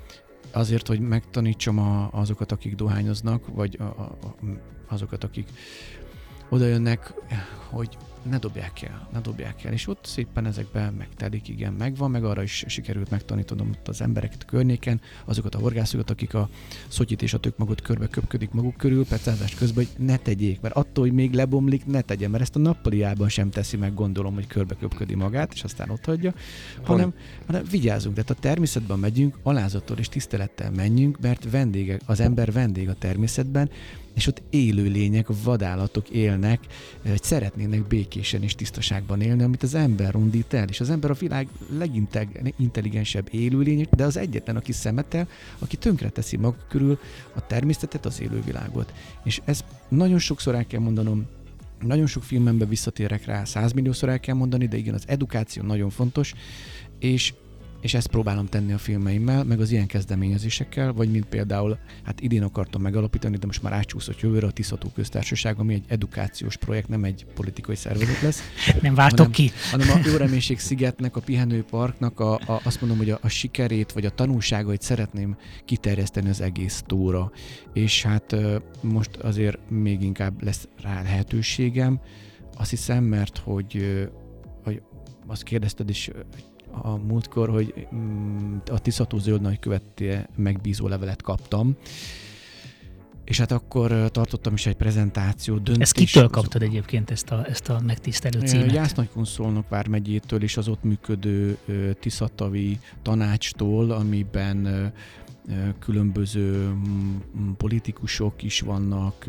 azért, hogy megtanítsam azokat, akik dohányoznak, vagy azokat, akik oda jönnek, hogy ne dobják el. És ott szépen ezekben megtelik, igen, megvan, meg arra is sikerült megtanítanom ott az embereket a környéken, azokat a horgászokat, akik a szotyit és a tökmagot körbe köpködik maguk körül, percázás közben, hogy ne tegyék, mert attól, hogy még lebomlik, ne tegye, mert ezt a nappaliában sem teszi meg, gondolom, hogy körbe köpködi magát, és aztán ott hagyja, hanem vigyázzunk, tehát a természetben megyünk, alázattal és tisztelettel menjünk, mert az ember vendég a természetben, és ott élő lények, vadállatok élnek, hogy szeretnének békésen és tisztaságban élni, amit az ember rondít el, és az ember a világ legintelligensebb élőlény, de az egyetlen, aki szemetel, aki tönkreteszi maga körül a természetet, az élővilágot. És ezt nagyon sokszor el kell mondanom, nagyon sok filmemben visszatérek rá, 100 milliószor el kell mondani, de igen, az edukáció nagyon fontos, és ezt próbálom tenni a filmeimmel, meg az ilyen kezdeményezésekkel, vagy mint például, hát idén akartam megalapítani, de most már átcsúszott jövőre a Tiszató Köztársaság, ami egy edukációs projekt, nem egy politikai szervezet lesz. Nem váltok ki. Hanem a Jó Reménység szigetnek, a pihenőparknak azt mondom, hogy a sikerét, vagy a tanulságait szeretném kiterjeszteni az egész tóra. És hát most azért még inkább lesz rá lehetőségem, azt hiszem, mert hogy azt kérdezted is a múltkor, hogy a Tiszató zöld nagykövetté megbízó levelet kaptam, és hát akkor tartottam is egy prezentáció. Ezt kitől kaptad egyébként ezt a megtisztelő címet? Jász-Nagykun-Szolnok vármegyétől és az ott működő tiszatavi tanácstól, amiben különböző politikusok is vannak,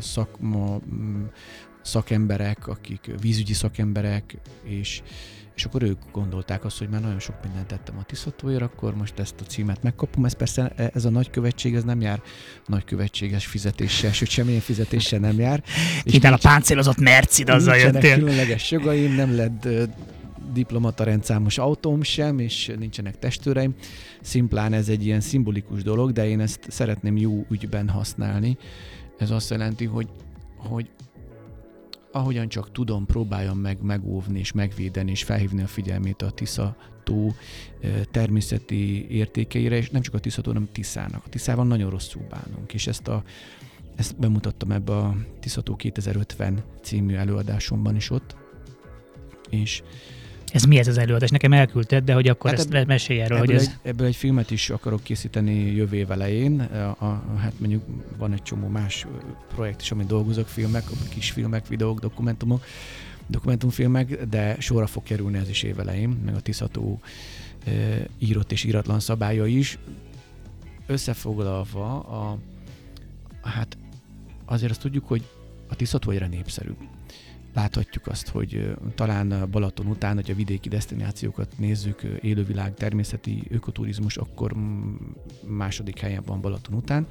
szakemberek, akik vízügyi szakemberek, és akkor ők gondolták azt, hogy már nagyon sok mindent tettem a Tiszatóért, akkor most ezt a címet megkapom. Ez persze, ez a nagykövetség, ez nem jár nagykövetséges fizetéssel, sőt semmilyen fizetéssel nem jár. Itt a páncélozott Mercid, azzal jöttél. Nincsenek különleges jogaim, nem lett diplomata rendszámos autóm sem, és nincsenek testőreim. Szimplán ez egy ilyen szimbolikus dolog, de én ezt szeretném jó ügyben használni. Ez azt jelenti, hogy ahogyan csak tudom, próbáljam meg megóvni és megvédeni és felhívni a figyelmét a Tiszató természeti értékeire, és nem csak a Tiszató, hanem Tiszának. A Tiszával nagyon rosszul bánunk, és ezt bemutattam ebbe a Tiszató 2050 című előadásomban is ott. És ez mi ez az előadás? Nekem elküldted, de hogy akkor hát ezt mesélj erről. Ebből egy filmet is akarok készíteni jövő év elején. Hát mondjuk van egy csomó más projekt is, amin dolgozok, filmek, kisfilmek, videók, dokumentumfilmek, de sorra fog kerülni ez is év elején, meg a Tiszató írott és íratlan szabálya is. Összefoglalva, hát azért azt tudjuk, hogy a Tiszató egyre népszerűbb. Láthatjuk azt, hogy talán Balaton után, hogy a vidéki desztinációkat nézzük, élővilág, természeti ökoturizmus, akkor második helyen van Balaton után.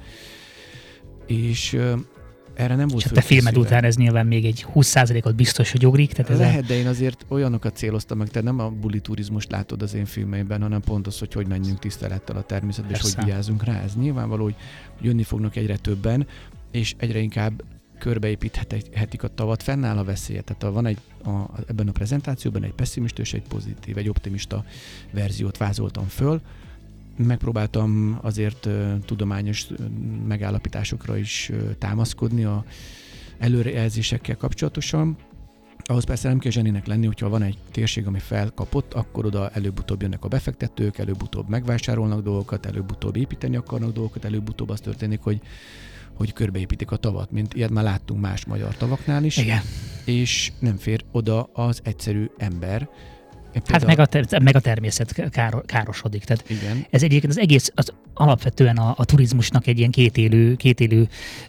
És erre nem volt. És a te filmed után ez nyilván még egy 20%-ot biztos, hogy ugrik. Tehát lehet, de én azért olyanokat céloztam meg, tehát nem a buli turizmust látod az én filmeimben, hanem pont az, hogy menjünk tisztelettel a természetbe, és hogy vigyázzunk rá. Ez nyilvánvaló, hogy jönni fognak egyre többen, és egyre inkább körbeépíthetik a tavat, fennáll a veszélye. Tehát van ebben a prezentációban egy pessimista és egy pozitív, egy optimista verziót vázoltam föl. Megpróbáltam azért tudományos megállapításokra is támaszkodni a előrejelzésekkel kapcsolatosan. Ahhoz persze nem kell zseninek lenni, hogyha van egy térség, ami felkapott, akkor oda előbb-utóbb jönnek a befektetők, előbb-utóbb megvásárolnak dolgokat, előbb-utóbb építeni akarnak dolgokat, előbb-utóbb az történik, hogy körbeépítik a tavat, mint ilyet már láttunk más magyar tavaknál is. Igen. És nem fér oda az egyszerű ember. Hát meg a természet károsodik. Tehát igen. Ez egyébként az egész, alapvetően a turizmusnak egy ilyen kétélű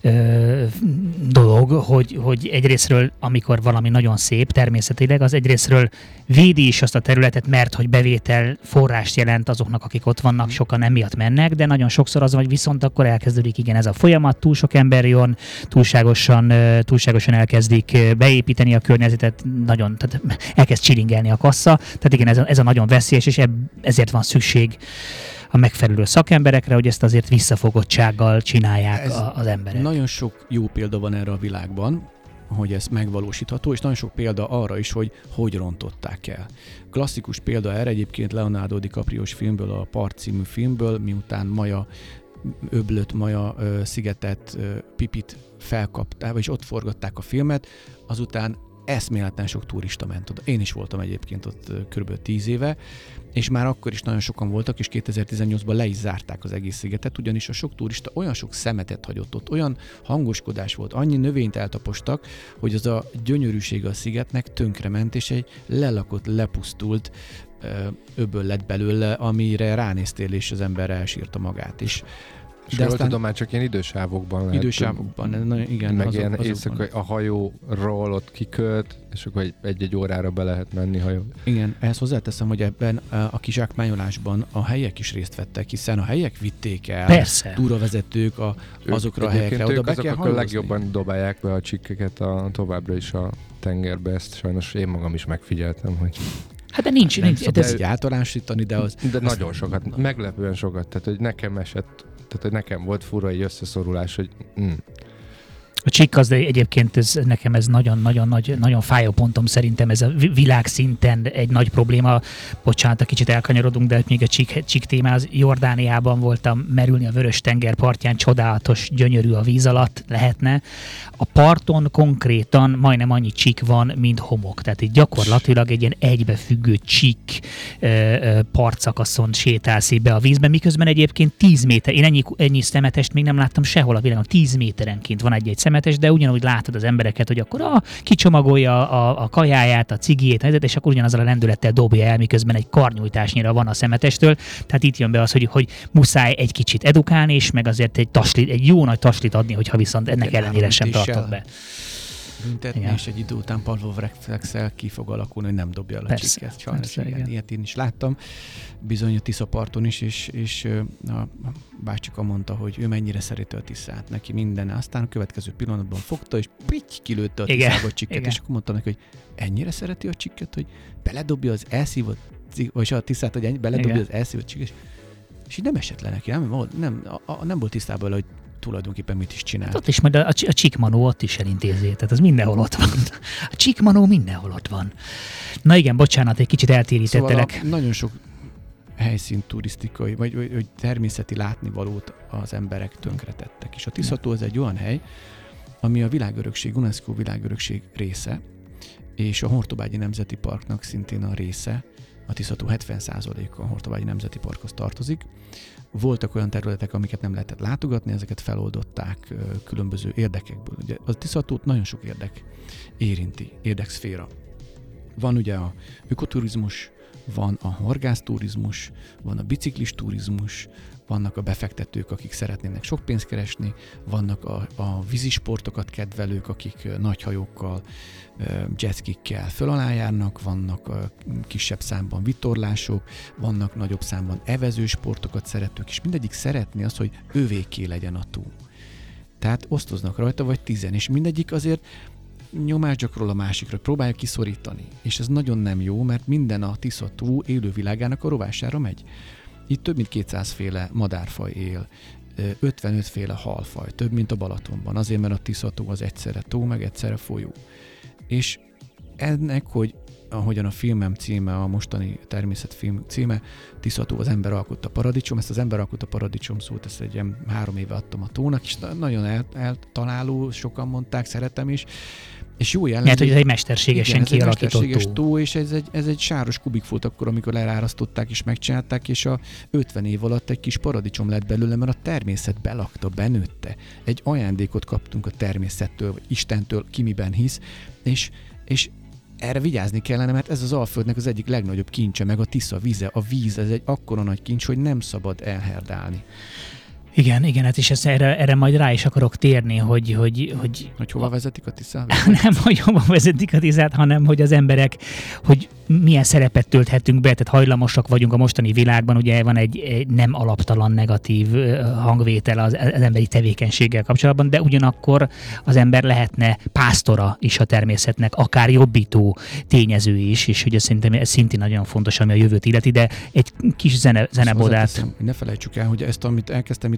dolog, hogy egyrésztről, amikor valami nagyon szép természetileg, az egyrésztről védi is azt a területet, mert hogy bevétel forrást jelent azoknak, akik ott vannak, sokan emiatt mennek, de nagyon sokszor az, hogy viszont akkor elkezdődik igen ez a folyamat, túl sok ember jön, túlságosan elkezdik beépíteni a környezetet, tehát elkezd csilingelni a kassa. Tehát igen, ez a nagyon veszélyes, és ezért van szükség a megfelelő szakemberekre, hogy ezt azért visszafogottsággal csinálják az emberek. Nagyon sok jó példa van erre a világban, hogy ez megvalósítható, és nagyon sok példa arra is, hogy rontották el. Klasszikus példa erre egyébként Leonardo DiCaprio-s filmből, a Part című filmből, miután öblöt Maja szigetet, Pipit felkapták, vagyis ott forgatták a filmet, azután eszméletlen sok turista ment oda. Én is voltam egyébként ott kb. 10 éve, és már akkor is nagyon sokan voltak, és 2018-ban le is zárták az egész szigetet, ugyanis a sok turista olyan sok szemetet hagyott ott, olyan hangoskodás volt, annyi növényt eltapostak, hogy az a gyönyörűség a szigetnek tönkrement, és egy lelakott, lepusztult öböl lett belőle, amire ránéztél, és az ember elsírta magát is. És de aztán tudom, már csak ilyen idősávokban lehet. Idősávokban, igen. Meg ilyen éjszaka a hajóról ott kikölt, és akkor egy órára be lehet menni hajó. Igen, ehhez hozzáteszem, hogy ebben a kizsákmányolásban a helyek is részt vettek, hiszen a helyek vitték el, túravezetők azokra a helyekre. Oda azok akkor legjobban dobálják be a csikkeket továbbra is a tengerbe, ezt sajnos én magam is megfigyeltem, hogy... Hát de nincs. Ez így általánosítani, de az... De nagyon sokat, meglepően sokat, tehát hogy nekem esett, tehát hogy nekem volt fura egy összeszorulás, hogy... A csík az, de egyébként nekem ez nagyon fájó pontom, szerintem ez a világszinten egy nagy probléma. Bocsánat, kicsit elkanyarodunk, de még a csík téma, az Jordániában voltam merülni a Vörös-tenger partján, csodálatos, gyönyörű a víz alatt lehetne. A parton konkrétan majdnem annyi csík van, mint homok. Tehát itt gyakorlatilag egy ilyen egybefüggő csík partszakaszon sétálsz be a vízben, miközben egyébként 10 méter, én ennyi szemetest még nem láttam sehol a világon, 10 méterenként van egy szemetes, de ugyanúgy látod az embereket, hogy akkor kicsomagolja a kajáját, a cigijét, és akkor ugyanazzal a lendülettel dobja el, miközben egy karnyújtásnyira van a szemetestől. Tehát itt jön be az, hogy muszáj egy kicsit edukálni, és meg azért egy jó nagy taslit adni, hogyha viszont ennek ellenére sem tartott be. Büntetni, igen. És egy idő után Pavlov reflexel ki fog alakulni, hogy nem dobja el a csikket. Sajnos ilyet én is láttam, bizony a Tiszaparton is, és a bácsika mondta, hogy ő mennyire szereti a Tiszát, neki minden. Aztán a következő pillanatban fogta, és pitty kilőtte a Tiszába a csikket, és akkor mondtam neki, hogy ennyire szereti a csikket, hogy beledobja az elszívott, vagy a Tiszát, hogy beledobja az elszívott csikket, és így nem esett le neki, nem volt tisztában, hogy tulajdonképpen mit is csinált. Hát ott is majd a Csikmanó ott is elintézi, tehát az mindenhol ott van. A Csikmanó mindenhol ott van. Na igen, bocsánat, egy kicsit eltérítettelek. Szóval nagyon sok helyszín turisztikai, vagy természeti látnivalót az emberek tönkretettek. És a Tisza-tó ez egy olyan hely, ami a világörökség, UNESCO világörökség része, és a Hortobágyi Nemzeti Parknak szintén a része. A Tisza-tó 70%-a a Hortobágyi Nemzeti Parkhoz tartozik. Voltak olyan területek, amiket nem lehetett látogatni, ezeket feloldották különböző érdekekből. Ugye a Tisza-tót nagyon sok érdek érinti, érdekszféra. Van ugye a ökoturizmus, van a horgászturizmus, van a biciklis turizmus, vannak a befektetők, akik szeretnének sok pénzt keresni, vannak a vízisportokat kedvelők, akik nagy hajókkal, jetskikkel föl alá járnak, vannak kisebb számban vitorlások, vannak nagyobb számban evezősportokat szeretők, és mindegyik szeretné azt, hogy övéké legyen a tó. Tehát osztoznak rajta, vagy 10, és mindegyik azért nyomást gyakorol a másikra, próbálja kiszorítani. És ez nagyon nem jó, mert minden a Tisza-tó élővilágának a rovására megy. Itt több mint 200 féle madárfaj él, 55 féle halfaj, több, mint a Balatonban. Azért, mert a Tisza-tó az egyszerre tó, meg egyszerre folyó. És ennek, hogy ahogyan a filmem címe, a mostani természetfilm címe, Tisza-tó az ember alkotta paradicsom, ezt az ember alkotta paradicsom szót, ezt egy 3 éve adtam a tónak, és nagyon eltaláló, sokan mondták, szeretem is, és jó jellemző. Mert hogy ez egy mesterségesen kialakított tó. Mesterséges tó, és ez egy sáros kubik volt akkor, amikor elárasztották és megcsinálták, és a 50 év alatt egy kis paradicsom lett belőle, mert a természet belakta, benőtte. Egy ajándékot kaptunk a természettől, vagy Istentől, ki miben hisz, és erre vigyázni kellene, mert ez az Alföldnek az egyik legnagyobb kincse, meg a Tisza vize. A víz, ez egy akkora nagy kincs, hogy nem szabad elherdálni. Igen, hát és erre majd rá is akarok térni, hogy hova vezetik a Tiszát? Nem, hogy hova vezetik a Tiszát, hanem hogy az emberek, hogy milyen szerepet tölthetünk be, tehát hajlamosak vagyunk a mostani világban, ugye van egy nem alaptalan negatív hangvétel az emberi tevékenységgel kapcsolatban, de ugyanakkor az ember lehetne pásztora is a természetnek, akár jobbító tényező is, és ugye szerintem ez szintén nagyon fontos, ami a jövőt illeti, de egy kis zenebodát. Ne felejtsük el, hogy ezt, amit elkezdtem itt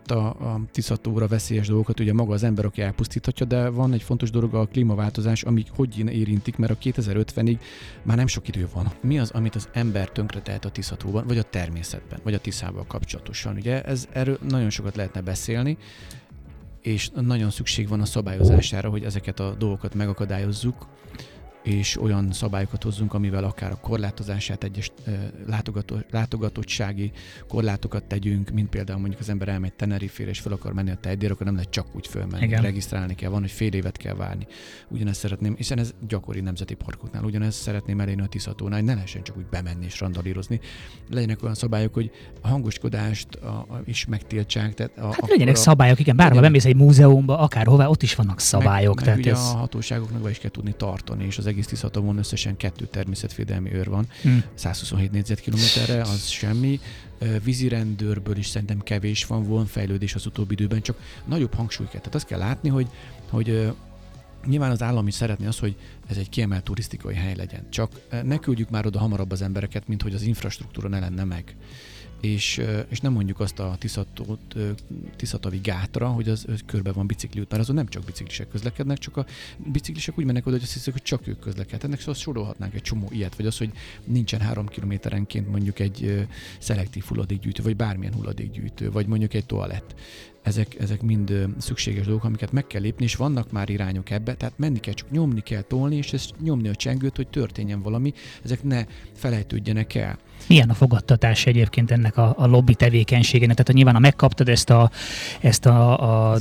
említett a Tiszatóra veszélyes dolgokat, ugye maga az ember, aki elpusztíthatja, de van egy fontos dolog, a klímaváltozás, ami hogy érintik, mert a 2050-ig már nem sok idő van. Mi az, amit az ember tönkre tehet a Tiszatóban, vagy a természetben, vagy a Tiszával kapcsolatosan? Ugye erről nagyon sokat lehetne beszélni, és nagyon szükség van a szabályozására, hogy ezeket a dolgokat megakadályozzuk, és olyan szabályokat hozzunk, amivel akár a korlátozását, egyes látogatottsági korlátokat tegyünk, mint például mondjuk az ember elmegy Tenerifére, és fel akar menni a Tejdére, akkor nem lehet csak úgy fölmenni. Igen. Regisztrálni kell, van, hogy fél évet kell várni. Ugyanezt szeretném, hiszen ez gyakori nemzeti parkoknál, ugyanezt szeretném elérni a Tiszatónál, hogy ne lehessen csak úgy bemenni és randalírozni. Legyenek olyan szabályok, hogy a hangoskodást is megtiltsák. Tehát legyenek szabályok, igen, bárhol bemész egy múzeumba, akárhová, ott is vannak szabályok. Meg ugye a hatóságoknak be is kell tudni tartani, és az egész Tiszatóban összesen 2 természetvédelmi őr van, 127 négyzetkilométerre, az semmi. Vízirendőrből is szerintem kevés van fejlődés az utóbbi időben, csak nagyobb hangsúly kell. Tehát azt kell látni, hogy nyilván az állam is szeretné azt, hogy ez egy kiemelt turisztikai hely legyen. Csak ne küldjük már oda hamarabb az embereket, mint hogy az infrastruktúra ne lenne meg. És nem mondjuk azt a Tiszatavi gátra, hogy az körbe van bicikliút, mert azon nem csak biciklisek közlekednek, csak a biciklisek úgy mennek oda, hogy azt hiszik, hogy csak ők közlekednek, szóval sorolhatnánk egy csomó ilyet, vagy az, hogy nincsen 3 kilométerenként mondjuk egy szelektív hulladékgyűjtő, vagy bármilyen hulladékgyűjtő, vagy mondjuk egy toalett. Ezek mind szükséges dolgok, amiket meg kell lépni, és vannak már irányok ebbe, tehát menni kell, csak nyomni kell, tolni, és ezt nyomni a csengőt, hogy történjen valami, ezek ne felejtődjenek el. Milyen a fogadtatás egyébként ennek a lobby tevékenységének? Tehát nyilván, ha megkaptad ezt a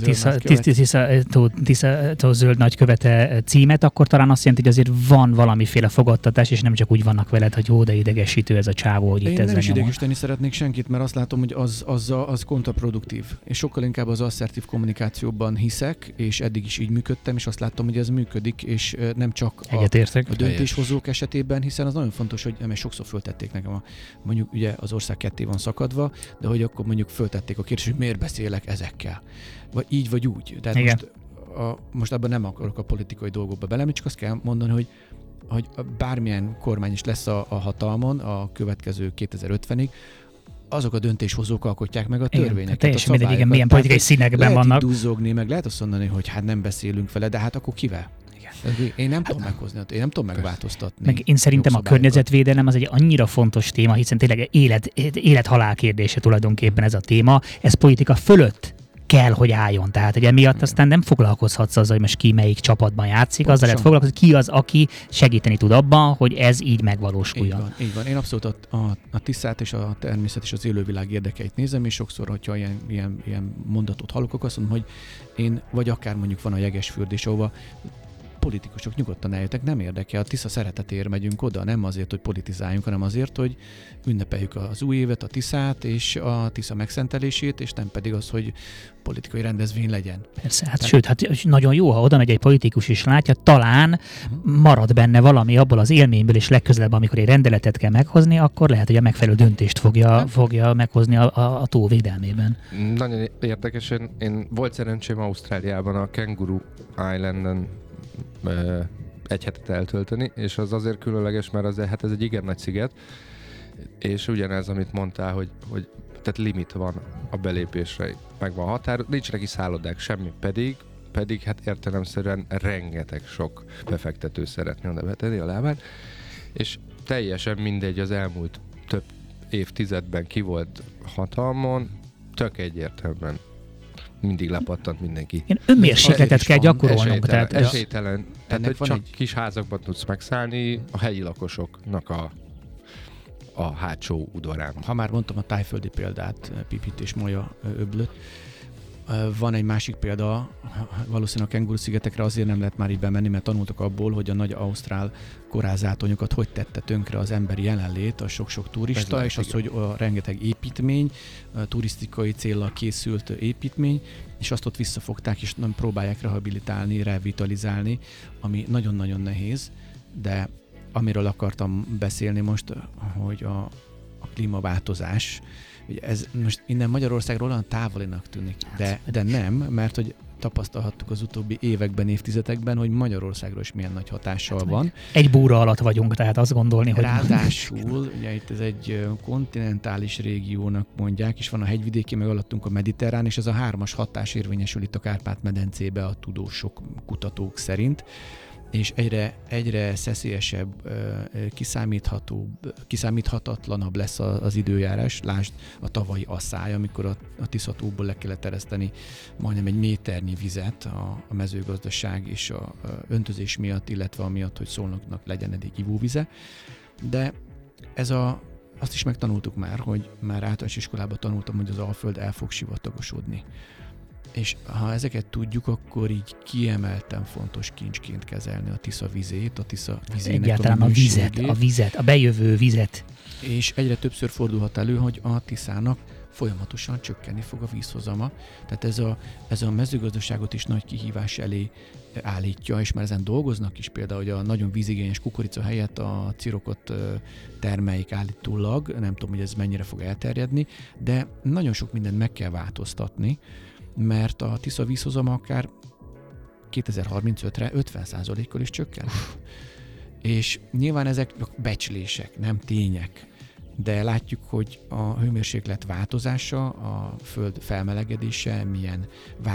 Tisza zöld nagykövete címet, akkor talán azt jelenti, hogy azért van valamiféle fogadtatás, és nem csak úgy vannak veled, hogy jó, de idegesítő ez a csávó, hogy itt ezzel nem is idegesíteni szeretnék senkit, mert azt látom, hogy az kontraproduktív. És sokkal inkább az asszertív kommunikációban hiszek, és eddig is így működtem, és azt látom, hogy ez működik, és nem csak a döntéshozók esetében, hiszen az nagyon fontos, hogy mert sokszor föltették nekem mondjuk ugye az ország ketté van szakadva, de hogy akkor mondjuk föltették a kérdést, hogy miért beszélek ezekkel. Vagy így, vagy úgy. Tehát most abban nem akarok a politikai dolgokba belemenni, csak azt kell mondani, hogy bármilyen kormány is lesz a hatalmon a következő 2050-ig, azok a döntéshozók alkotják meg a törvényeket. Teljesen mindegy, igen, milyen politikai színekben vannak. Lehet duzzogni, meg lehet azt mondani, hogy hát nem beszélünk vele, de hát akkor kivel? Én nem tudom meghozni, én nem tudom megváltoztatni. Meg én szerintem a környezetvédelem az egy annyira fontos téma, hiszen tényleg élet-halál kérdése tulajdonképpen ez a téma. Ez politika fölött kell, hogy álljon. Tehát ugye miatt aztán nem foglalkozhatsz azzal, hogy most ki melyik csapatban játszik, azzal lehet foglalkozni, ki az, aki segíteni tud abban, hogy ez így megvalósuljon. Így van. Én abszolút a Tiszát és a természet és az élővilág érdekeit nézem, és sokszor, hogyha ilyen mondatot hallok, akkor azt mondom, hogy én, vagy akár mondjuk van a Jegesfürdés, ahova politikusok nyugodtan eljöttek, nem érdekel, a Tisza szeretetéért megyünk oda, nem azért, hogy politizáljunk, hanem azért, hogy ünnepeljük az új évet, a Tiszát és a Tisza megszentelését, és nem pedig az, hogy politikai rendezvény legyen. Persze, sőt, nagyon jó, ha oda megy egy politikus és látja, talán marad benne valami abból az élményből, és legközelebb, amikor egy rendeletet kell meghozni, akkor lehet, hogy a megfelelő döntést fogja meghozni a tó védelmében. Nagyon érdekes, én volt szerencsém Ausztráliában, a Kangaroo Islanden egy hetet eltölteni, és az azért különleges, mert ez egy igen nagy sziget, és ugyanez, amit mondtál, hogy tehát limit van a belépésre, meg van határ, nincs neki szállodák, semmi, pedig hát értelemszerűen rengeteg sok befektető szeretne oda betenni a lábát, és teljesen mindegy, az elmúlt több évtizedben ki volt hatalmon, tök egyértelműen mindig lepattant mindenki. Ilyen önmérsékletet kell gyakorolnunk. Esélytelen. Tehát, hogy csak kis házakban tudsz megszállni a helyi lakosoknak a hátsó udvarán. Ha már mondtam a tájföldi példát, Pipit és Moja öblöt, van egy másik példa, valószínűleg a Kenguru-szigetekre azért nem lehet már így bemenni, mert tanultak abból, hogy a nagy ausztrál korázátonyokat hogy tette tönkre az emberi jelenlét, a sok-sok turista, és az, hogy a rengeteg építmény, turisztikai céllal készült építmény, és azt ott visszafogták, és nem próbálják rehabilitálni, revitalizálni, ami nagyon-nagyon nehéz, de amiről akartam beszélni most, hogy a klímaváltozás, ez most innen Magyarországról olyan távolinak tűnik, de nem, mert hogy tapasztalhattuk az utóbbi években, évtizedekben, hogy Magyarországra is milyen nagy hatással van. Egy búra alatt vagyunk, tehát azt gondolni, hogy... Ráadásul, ugye itt ez egy kontinentális régiónak mondják, és van a hegyvidéki, meg alattunk a mediterrán, és ez a 3-as hatás érvényesül itt a Kárpát-medencébe a tudósok, kutatók szerint, és egyre szeszélyesebb, kiszámíthatatlanabb lesz az időjárás. Lásd a tavalyi asszály, amikor a Tisza-tóból le kellett ereszteni majdnem egy méternyi vizet a mezőgazdaság és a öntözés miatt, illetve amiatt, hogy Szolnoknak legyen eddig ivóvize. De azt is megtanultuk már, hogy már általános iskolában tanultam, hogy az Alföld el fog sivatagosodni. És ha ezeket tudjuk, akkor így kiemelten fontos kincsként kezelni a Tisza vizét, a Tisza vizének egyáltalán a vizet, a bejövő vizet. És egyre többször fordulhat elő, hogy a Tiszának folyamatosan csökkenni fog a vízhozama. Tehát ez a mezőgazdaságot is nagy kihívás elé állítja, és már ezen dolgoznak is, például, hogy a nagyon vízigényes kukorica helyett a cirokot termeljék állítólag, nem tudom, hogy ez mennyire fog elterjedni, de nagyon sok mindent meg kell változtatni, mert a Tisza vízhozama akár 2035-re 50%-kal is csökken. És nyilván ezek becslések, nem tények, de látjuk, hogy a hőmérséklet változása, a föld felmelegedése milyen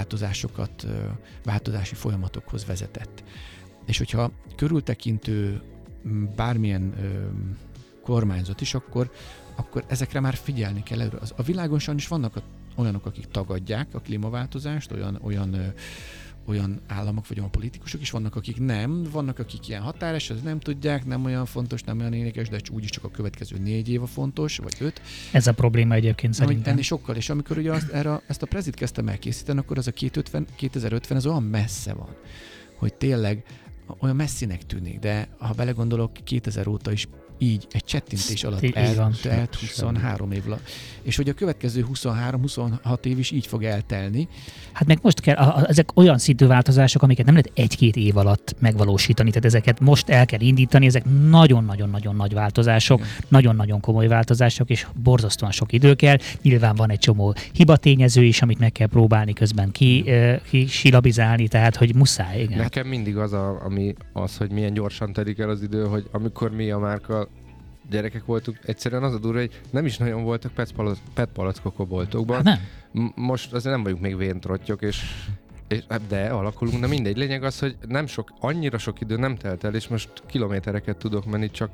változási folyamatokhoz vezetett. És hogyha körültekintő bármilyen kormányzat is, akkor ezekre már figyelni kell előre. A világon sajnos vannak olyanok, akik tagadják a klímaváltozást, olyan államok vagy olyan politikusok is vannak, akik nem, vannak, akik ilyen határes, ez nem tudják, nem olyan fontos, nem olyan érdekes, de úgyis csak a következő 4 év a fontos, vagy 5. Ez a probléma egyébként szerintem. Ennél sokkal, és amikor ugye ezt a prezit kezdtem elkészíteni, akkor az a 2050 ez olyan messze van, hogy tényleg olyan messzinek tűnik, de ha belegondolok, 2000 óta is így egy csettintés alatt eltelt 23 év alatt. És hogy a következő 23-26 év is így fog eltelni. Hát meg most kell, ezek olyan szintű változások, amiket nem lehet 1-2 év alatt megvalósítani, tehát ezeket most el kell indítani, ezek nagyon-nagyon-nagyon nagy változások, igen. Nagyon-nagyon komoly változások, és borzasztóan sok idő kell. Nyilván van egy csomó hibatényező is, amit meg kell próbálni közben kisilabizálni, tehát hogy muszáj. Igen. Nekem mindig az, hogy milyen gyorsan telik el az idő, hogy amikor mi a márka gyerekek voltunk, egyszerűen az a durva, hogy nem is nagyon voltak petpalackok a boltokban. Hát nem. Most azért nem vagyunk még véntrottyok, de alakulunk, de mindegy. Lényeg az, hogy annyira sok idő nem telt el, és most kilométereket tudok menni csak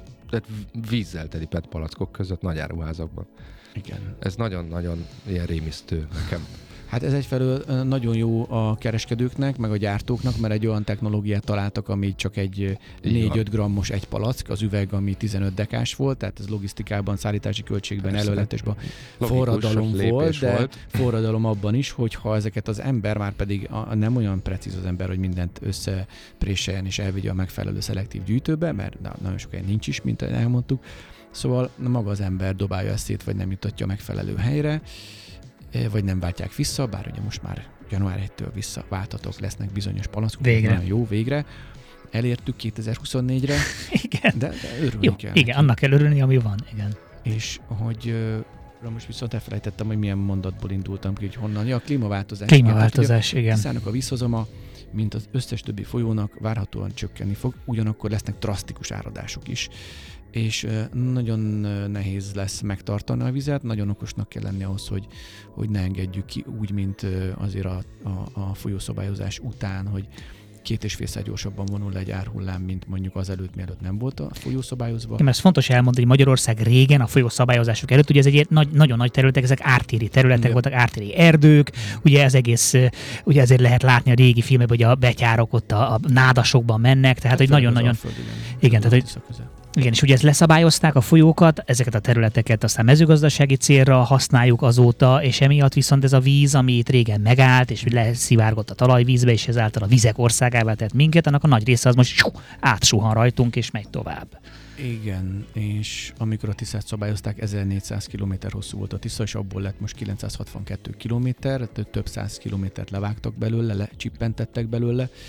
vízzel teli petpalackok között nagy áruházakban. Igen. Ez nagyon-nagyon ilyen rémisztő nekem. Hát ez egyfelől nagyon jó a kereskedőknek, meg a gyártóknak, mert egy olyan technológiát találtak, ami csak egy 4-5 grammos egy palack, az üveg, ami 15 dekás volt, tehát ez logisztikában, szállítási költségben, előletesben forradalom volt, de forradalom abban is, hogyha ezeket az ember, már pedig nem olyan precíz az ember, hogy mindent összepréseljen és elvigye a megfelelő szelektív gyűjtőbe, mert nagyon sok helyen nincs is, mint elmondtuk. Szóval maga az ember dobálja ezt szét, vagy nem jutatja a megfelelő helyre, vagy nem váltják vissza, bár ugye most már január 1-től visszaváltatok, lesznek bizonyos palackok. Végre. Nagyon jó, végre. Elértük 2024-re. Igen. De örülni jó, kell. Igen, annak kell örülni, ami van. Igen. És hogy most viszont elfelejtettem, hogy milyen mondatból indultam ki, hogy honnan. Ja, a klímaváltozás. Klímaváltozás, igen. Tiszának a vízhozama, mint az összes többi folyónak várhatóan csökkenni fog, ugyanakkor lesznek drasztikus áradások is. És nagyon nehéz lesz megtartani a vizet, nagyon okosnak kell lenni ahhoz, hogy ne engedjük ki úgy, mint azért a folyószabályozás után, hogy 2,5-szer gyorsabban vonul le egy árhullám, mint mondjuk az előtt, mielőtt nem volt a folyó szabályozva. Igen, ez fontos elmondani, hogy Magyarország régen a folyószabályozások előtt, ugye ez egy nagyon nagy területek, ezek ártéri területek igen. voltak, ártéri erdők, ugye ez egész, ugye ezért lehet látni a régi filmekben, hogy a betyárok ott a nádasokban mennek, tehát hogy nagyon-nagyon... Igen, tehát hogy... Igen, és ugye ezt leszabályozták a folyókat, ezeket a területeket aztán mezőgazdasági célra használjuk azóta, és emiatt viszont ez a víz, ami itt régen megállt, és leszivárgott a talajvízbe, és ezáltal a vizek országává tett minket, annak a nagy része az most átsuhan rajtunk, és megy tovább. Igen, és amikor a Tiszát szabályozták, 1400 km hosszú volt a Tisza, és abból lett most 962 km, több száz kilométert levágtak belőle, lecsippentettek belőle,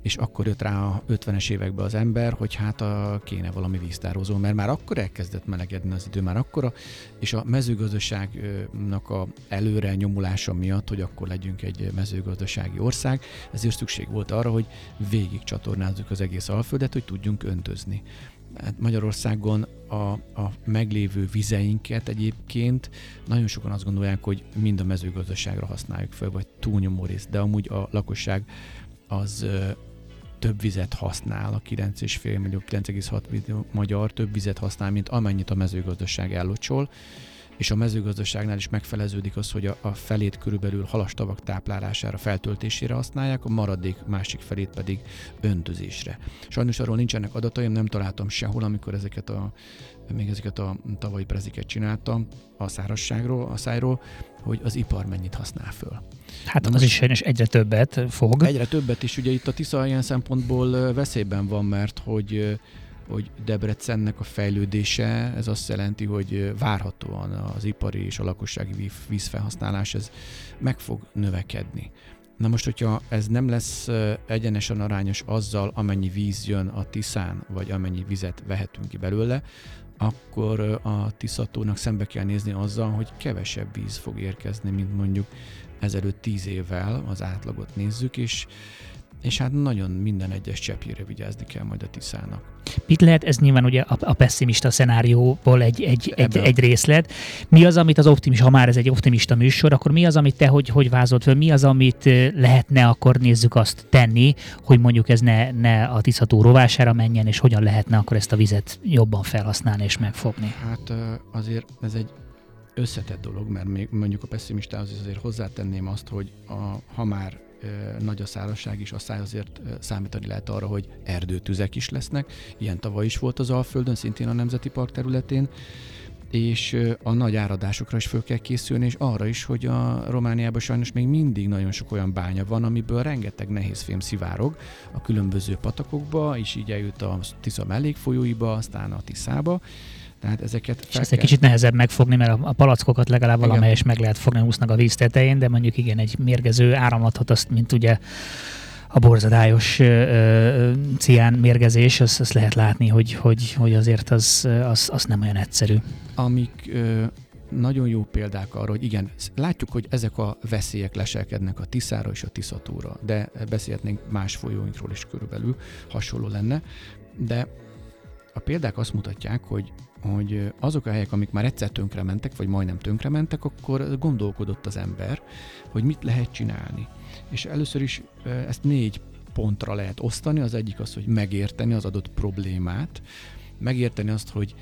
és akkor jött rá a 50-es években az ember, hogy hát kéne valami víztározó, mert már akkor elkezdett melegedni az idő, már akkora, és a mezőgazdaságnak a előre nyomulása miatt, hogy akkor legyünk egy mezőgazdasági ország, ezért szükség volt arra, hogy végig csatornázzuk az egész Alföldet, hogy tudjunk öntözni. Hát Magyarországon a meglévő vizeinket egyébként nagyon sokan azt gondolják, hogy mind a mezőgazdaságra használjuk fel, vagy túlnyomó rész, de amúgy a lakosság az több vizet használ, a 9,5 millió, 9,6 millió magyar több vizet használ, mint amennyit a mezőgazdaság ellocsol, és a mezőgazdaságnál is megfeleződik az, hogy a felét körülbelül halastavak táplálására, feltöltésére használják, a maradék másik felét pedig öntözésre. Sajnos arról nincsenek adataim, nem találtam sehol, amikor ezeket a tavalyi preziket csináltam a szárazságról, a szájról, hogy az ipar mennyit használ föl. Hát az is sajnos egyre többet fog. Egyre többet is, ugye itt a Tisza ilyen szempontból veszélyben van, mert hogy Debrecennek a fejlődése, ez azt jelenti, hogy várhatóan az ipari és a lakossági vízfelhasználás ez meg fog növekedni. Na most, hogyha ez nem lesz egyenesen arányos azzal, amennyi víz jön a Tiszán, vagy amennyi vizet vehetünk ki belőle, akkor a Tisza-tónak szembe kell nézni azzal, hogy kevesebb víz fog érkezni, mint mondjuk ezelőtt 10 évvel, az átlagot nézzük, és hát nagyon minden egyes cseppjére vigyázni kell majd a Tiszának. Mit lehet, ez nyilván ugye a pessimista szenárióból egy részlet. Mi az, amit az optimista, ha már ez egy optimista műsor, akkor mi az, amit te hogy vázolt föl, mi az, amit lehetne, akkor nézzük azt tenni, hogy mondjuk ez ne a Tisza-tó rovására menjen, és hogyan lehetne akkor ezt a vizet jobban felhasználni és megfogni? Hát azért ez egy összetett dolog, mert még mondjuk a pessimistához azért hozzátenném azt, hogy ha már nagy a szárazság is, asszály azért számítani lehet arra, hogy erdőtüzek is lesznek. Ilyen tavaly is volt az Alföldön, szintén a Nemzeti Park területén, és a nagy áradásokra is föl kell készülni, és arra is, hogy a Romániában sajnos még mindig nagyon sok olyan bánya van, amiből rengeteg nehézfém szivárog a különböző patakokba, és így eljut a Tisza mellékfolyóiba, aztán a Tiszába. Tehát ezeket és ezt egy kicsit nehezebb megfogni, mert a palackokat legalább valamelyest meg lehet fogni, úsznak a víz tetején, de mondjuk igen, egy mérgező áramlatot, azt, mint ugye a borzadályos cián mérgezés, azt lehet látni, hogy azért az nem olyan egyszerű. Amik nagyon jó példák arra, hogy igen, látjuk, hogy ezek a veszélyek leselkednek a Tiszára és a Tisza-tóra, de beszélhetnénk más folyóinkról is körülbelül, hasonló lenne, de a példák azt mutatják, hogy azok a helyek, amik már egyszer tönkrementek, vagy majdnem tönkrementek, akkor gondolkodott az ember, hogy mit lehet csinálni. És először is ezt 4 pontra lehet osztani. Az egyik az, hogy megérteni az adott problémát, megérteni azt, hogy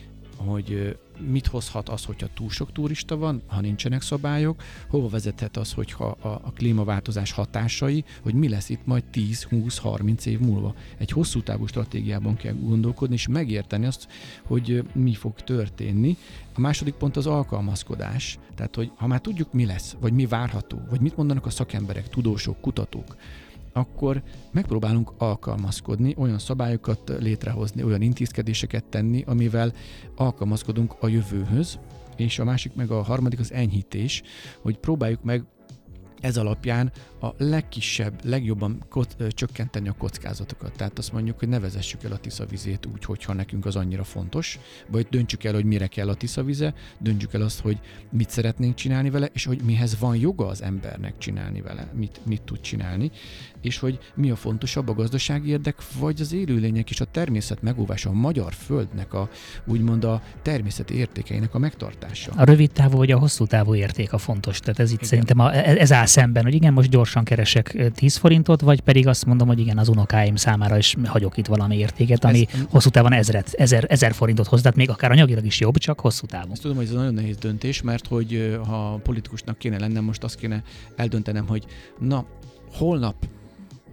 mit hozhat az, hogyha túl sok turista van, ha nincsenek szabályok, hova vezethet az, hogyha a klímaváltozás hatásai, hogy mi lesz itt majd 10-20-30 év múlva. Egy hosszú távú stratégiában kell gondolkodni, és megérteni azt, hogy mi fog történni. A második pont az alkalmazkodás. Tehát, hogy ha már tudjuk, mi lesz, vagy mi várható, vagy mit mondanak a szakemberek, tudósok, kutatók, akkor megpróbálunk alkalmazkodni, olyan szabályokat létrehozni, olyan intézkedéseket tenni, amivel alkalmazkodunk a jövőhöz, és a másik meg a harmadik az enyhítés, hogy próbáljuk meg ez alapján a legkisebb, legjobban csökkenteni a kockázatokat. Tehát azt mondjuk, hogy ne vezessük el a Tisza vizét úgy, hogyha nekünk az annyira fontos, vagy döntsük el, hogy mire kell a Tisza vize, döntsük el azt, hogy mit szeretnénk csinálni vele, és hogy mihez van joga az embernek csinálni vele, mit tud csinálni, és hogy mi a fontosabb, a gazdasági érdek, vagy az élőlények és a természet megóvása, a magyar földnek úgymond a természeti értékeinek a megtartása. A rövid távú vagy a hosszú távú érték a fontos. Tehát ez itt igen. Szerintem ez áll szemben, hogy igen, most gyorsan keresek 10 forintot, vagy pedig azt mondom, hogy igen, az unokáim számára is hagyok itt valami értéket, ami hosszú távon 1000 forintot hoz, tehát még akár anyagilag is jobb, csak hosszú távon. Ezt tudom, hogy ez nagyon nehéz döntés, mert hogy ha politikusnak kéne lennem, most azt kéne eldöntenem, hogy na, holnap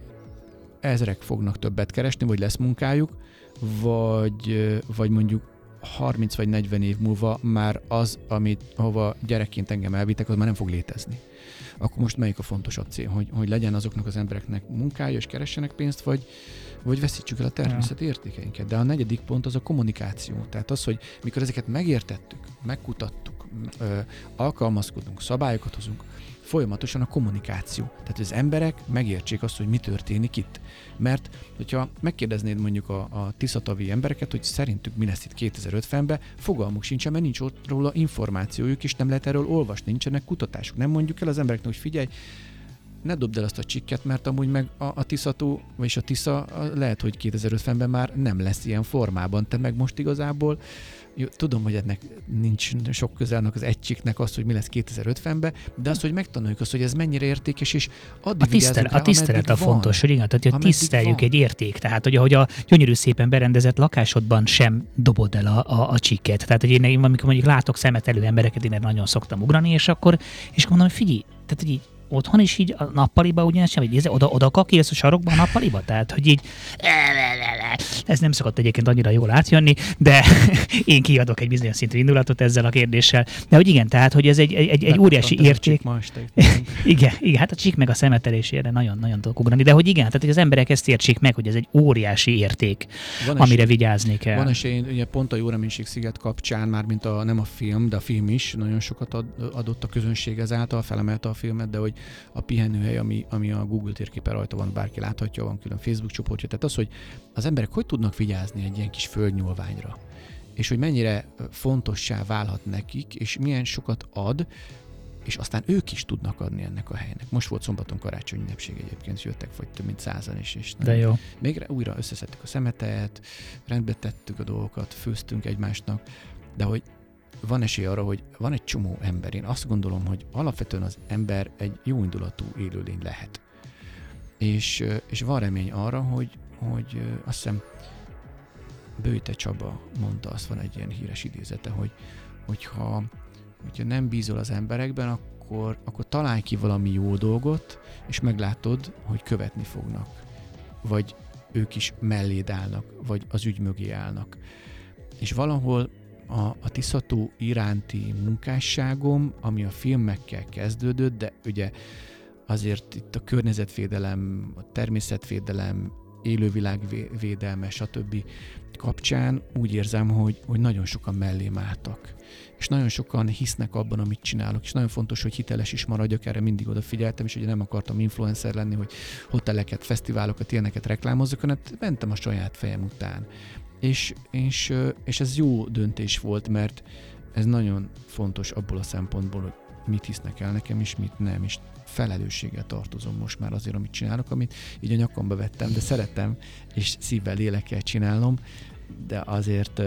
ezrek fognak többet keresni, vagy lesz munkájuk, vagy mondjuk 30 vagy 40 év múlva már az, hova gyerekként engem elvittek, az már nem fog létezni. Akkor most melyik a fontosabb cél? Hogy legyen azoknak az embereknek munkája, és keressenek pénzt, vagy veszítsük el a természeti értékeinket. De a negyedik pont az a kommunikáció. Tehát az, hogy mikor ezeket megértettük, megkutattuk, alkalmazkodunk, szabályokat hozunk, folyamatosan a kommunikáció. Tehát az emberek megértsék azt, hogy mi történik itt. Mert, hogyha megkérdeznéd mondjuk a tiszatavi embereket, hogy szerintük mi lesz itt 2050-ben, fogalmuk sincsen, mert nincs ott róla információjuk, és nem lehet erről olvasni, nincsenek kutatások. Nem mondjuk el az embereknek, hogy figyelj, ne dobd el azt a csikket, mert amúgy meg a Tiszató, vagyis a Tisza lehet, hogy 2050-ben már nem lesz ilyen formában. Te meg most igazából, tudom, hogy ennek nincs sok közelnek az egy csiknek az, hogy mi lesz 2050-ben, de az, hogy megtanuljuk azt, hogy ez mennyire értékes, és addig a tisztelet a fontos, hogy igen, tehát hogy tiszteljük egy érték. Tehát, hogy ahogy a gyönyörű szépen berendezett lakásodban sem dobod el a csikket. Tehát, hogy én amikor mondjuk látok szemetelő embereket, én nagyon szoktam ugrani, és akkor mondom, hogy figyelj, tehát, hogy így otthon is így a nappaliba ugyanezt sem, hogy oda kakélsz a sarokba a nappaliba, tehát hogy így ez nem szokott egyébként annyira jól átjönni, de én kiadok egy bizonyos szintű indulatot ezzel a kérdéssel. De hogy igen, tehát hogy ez egy óriási érték. Igen, hát a csík meg a szemetelésére nagyon tudok ugrani, de hogy igen, tehát hogy az emberek ezt értsék meg, hogy ez egy óriási érték, amire vigyázni kell. Van esély, ugye pont a Jó Reménység-sziget kapcsán, már mint nem a film, de a film is nagyon sokat adott a közönség ezáltal, felemelte a filmet, de hogy a pihenőhely, ami a Google térképen rajta van, bárki láthatja, van külön Facebook csoportja. Tehát az, hogy az emberek hogy tudnak vigyázni egy ilyen kis földnyúlványra, és hogy mennyire fontossá válhat nekik, és milyen sokat ad, és aztán ők is tudnak adni ennek a helynek. Most volt szombaton karácsonyi ünnepség egyébként, jöttek vagy több mint 100-an is. És de jó. Még újra összeszedtük a szemetet, rendbe tettük a dolgokat, főztünk egymásnak, de hogy van esély arra, hogy van egy csomó ember. Én azt gondolom, hogy alapvetően az ember egy jóindulatú élőlény lehet. És van remény arra, hogy azt hiszem Böjte Csaba mondta, azt van egy ilyen híres idézete, hogyha nem bízol az emberekben, akkor találj ki valami jó dolgot, és meglátod, hogy követni fognak. Vagy ők is melléd állnak, vagy az ügy mögé állnak. És valahol a Tiszató iránti munkásságom, ami a filmekkel kezdődött, de ugye azért itt a környezetvédelem, a természetvédelem, élővilágvédelme, stb. Kapcsán úgy érzem, hogy nagyon sokan mellém álltak. És nagyon sokan hisznek abban, amit csinálok. És nagyon fontos, hogy hiteles is maradjak, erre mindig odafigyeltem, és ugye nem akartam influencer lenni, hogy hoteleket, fesztiválokat, ilyeneket reklámozzak, hanem mentem a saját fejem után. És ez jó döntés volt, mert ez nagyon fontos abból a szempontból, hogy mit hisznek el nekem, és mit nem, és felelősséggel tartozom most már azért, amit csinálok, amit így a nyakamba vettem, de szeretem, és szívvel, lélekkel csinálom, de azért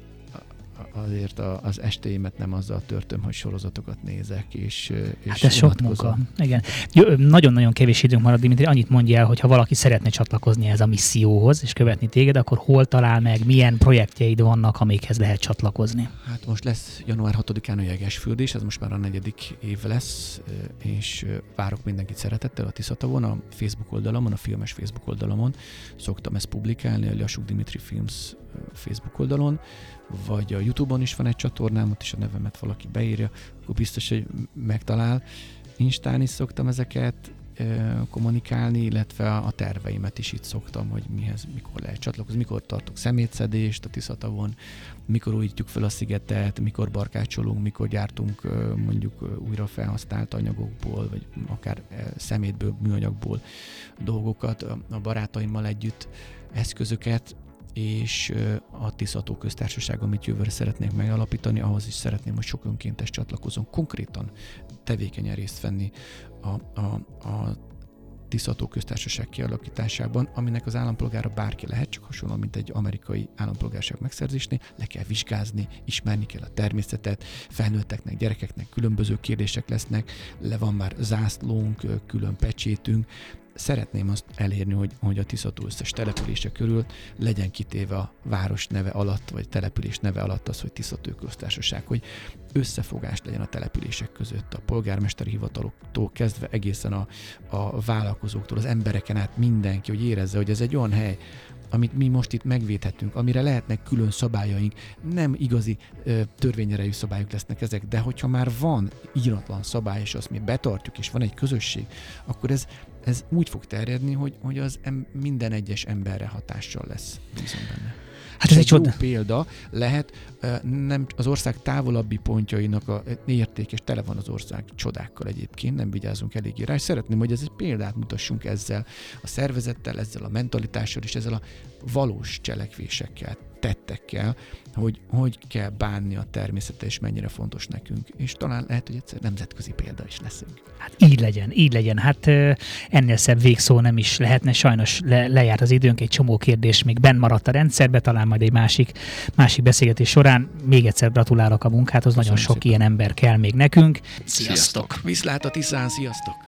az estéimet nem azzal törtöm, hogy sorozatokat nézek, és hát ez sok munka. Igen. Nagyon-nagyon kevés időnk marad, Dimitri, annyit mondja el, hogy ha valaki szeretne csatlakozni ez a misszióhoz, és követni téged, akkor hol talál meg, milyen projektjeid vannak, amikhez lehet csatlakozni? Hát most lesz január 6-án a Jegesfürdés, ez most már a 4. év lesz, és várok mindenkit szeretettel a Tiszatavon, a Facebook oldalamon, a filmes Facebook oldalamon. Szoktam ezt publikálni, a Lassuk Dimitri Films Facebook oldalon, vagy a YouTube-on is van egy csatornám, ott is a nevemet valaki beírja, akkor biztos, hogy megtalál. Instán is szoktam ezeket kommunikálni, illetve a terveimet is itt szoktam, hogy mikor lehet csatlakozni, mikor tartok szemétszedést a Tiszatavon, mikor újítjuk fel a szigetet, mikor barkácsolunk, mikor gyártunk mondjuk újra felhasznált anyagokból, vagy akár szemétből, műanyagból dolgokat a barátaimmal együtt, eszközöket, és a Tiszató köztársaság, amit jövőre szeretnék megalapítani, ahhoz is szeretném, hogy sok önkéntes csatlakozom konkrétan tevékenyen részt venni a Tiszató köztársaság kialakításában, aminek az állampolgára bárki lehet, csak hasonló, mint egy amerikai állampolgárság megszerzésnél, le kell vizsgázni, ismerni kell a természetet, felnőtteknek, gyerekeknek különböző kérdések lesznek, le van már zászlónk, külön pecsétünk. Szeretném azt elérni, hogy a Tiszató összes települése körül legyen kitéve a város neve alatt, vagy település neve alatt az, hogy Tiszató köztársaság, hogy összefogás legyen a települések között, a polgármesteri hivataloktól kezdve egészen a vállalkozóktól, az embereken át mindenki, hogy érezze, hogy ez egy olyan hely, amit mi most itt megvédhetünk, amire lehetnek külön szabályaink, nem igazi törvényerejű szabályok lesznek ezek, de hogyha már van íratlan szabály, és azt mi betartjuk, és van egy közösség, akkor ez úgy fog terjedni, hogy az minden egyes emberre hatással lesz. Bízom benne. Hát ez egy jó példa lehet, nem az ország távolabbi pontjainak a értékes, tele van az ország csodákkal egyébként, nem vigyázunk eléggé rá, és szeretném, hogy ez egy példát mutassunk ezzel a szervezettel, ezzel a mentalitással, és ezzel a valós cselekvésekkel, tettekkel, hogy kell bánni a természettel, és mennyire fontos nekünk. És talán lehet, hogy egyszer nemzetközi példa is leszünk. Hát így legyen. Hát ennél szebb végszó nem is lehetne. Sajnos lejárt az időnk, egy csomó kérdés még benn maradt a rendszerbe, talán majd egy másik beszélgetés során. Még egyszer gratulálok a munkáthoz, nagyon sok ilyen ember kell még nekünk. Sziasztok! Viszlát a Tiszán, sziasztok!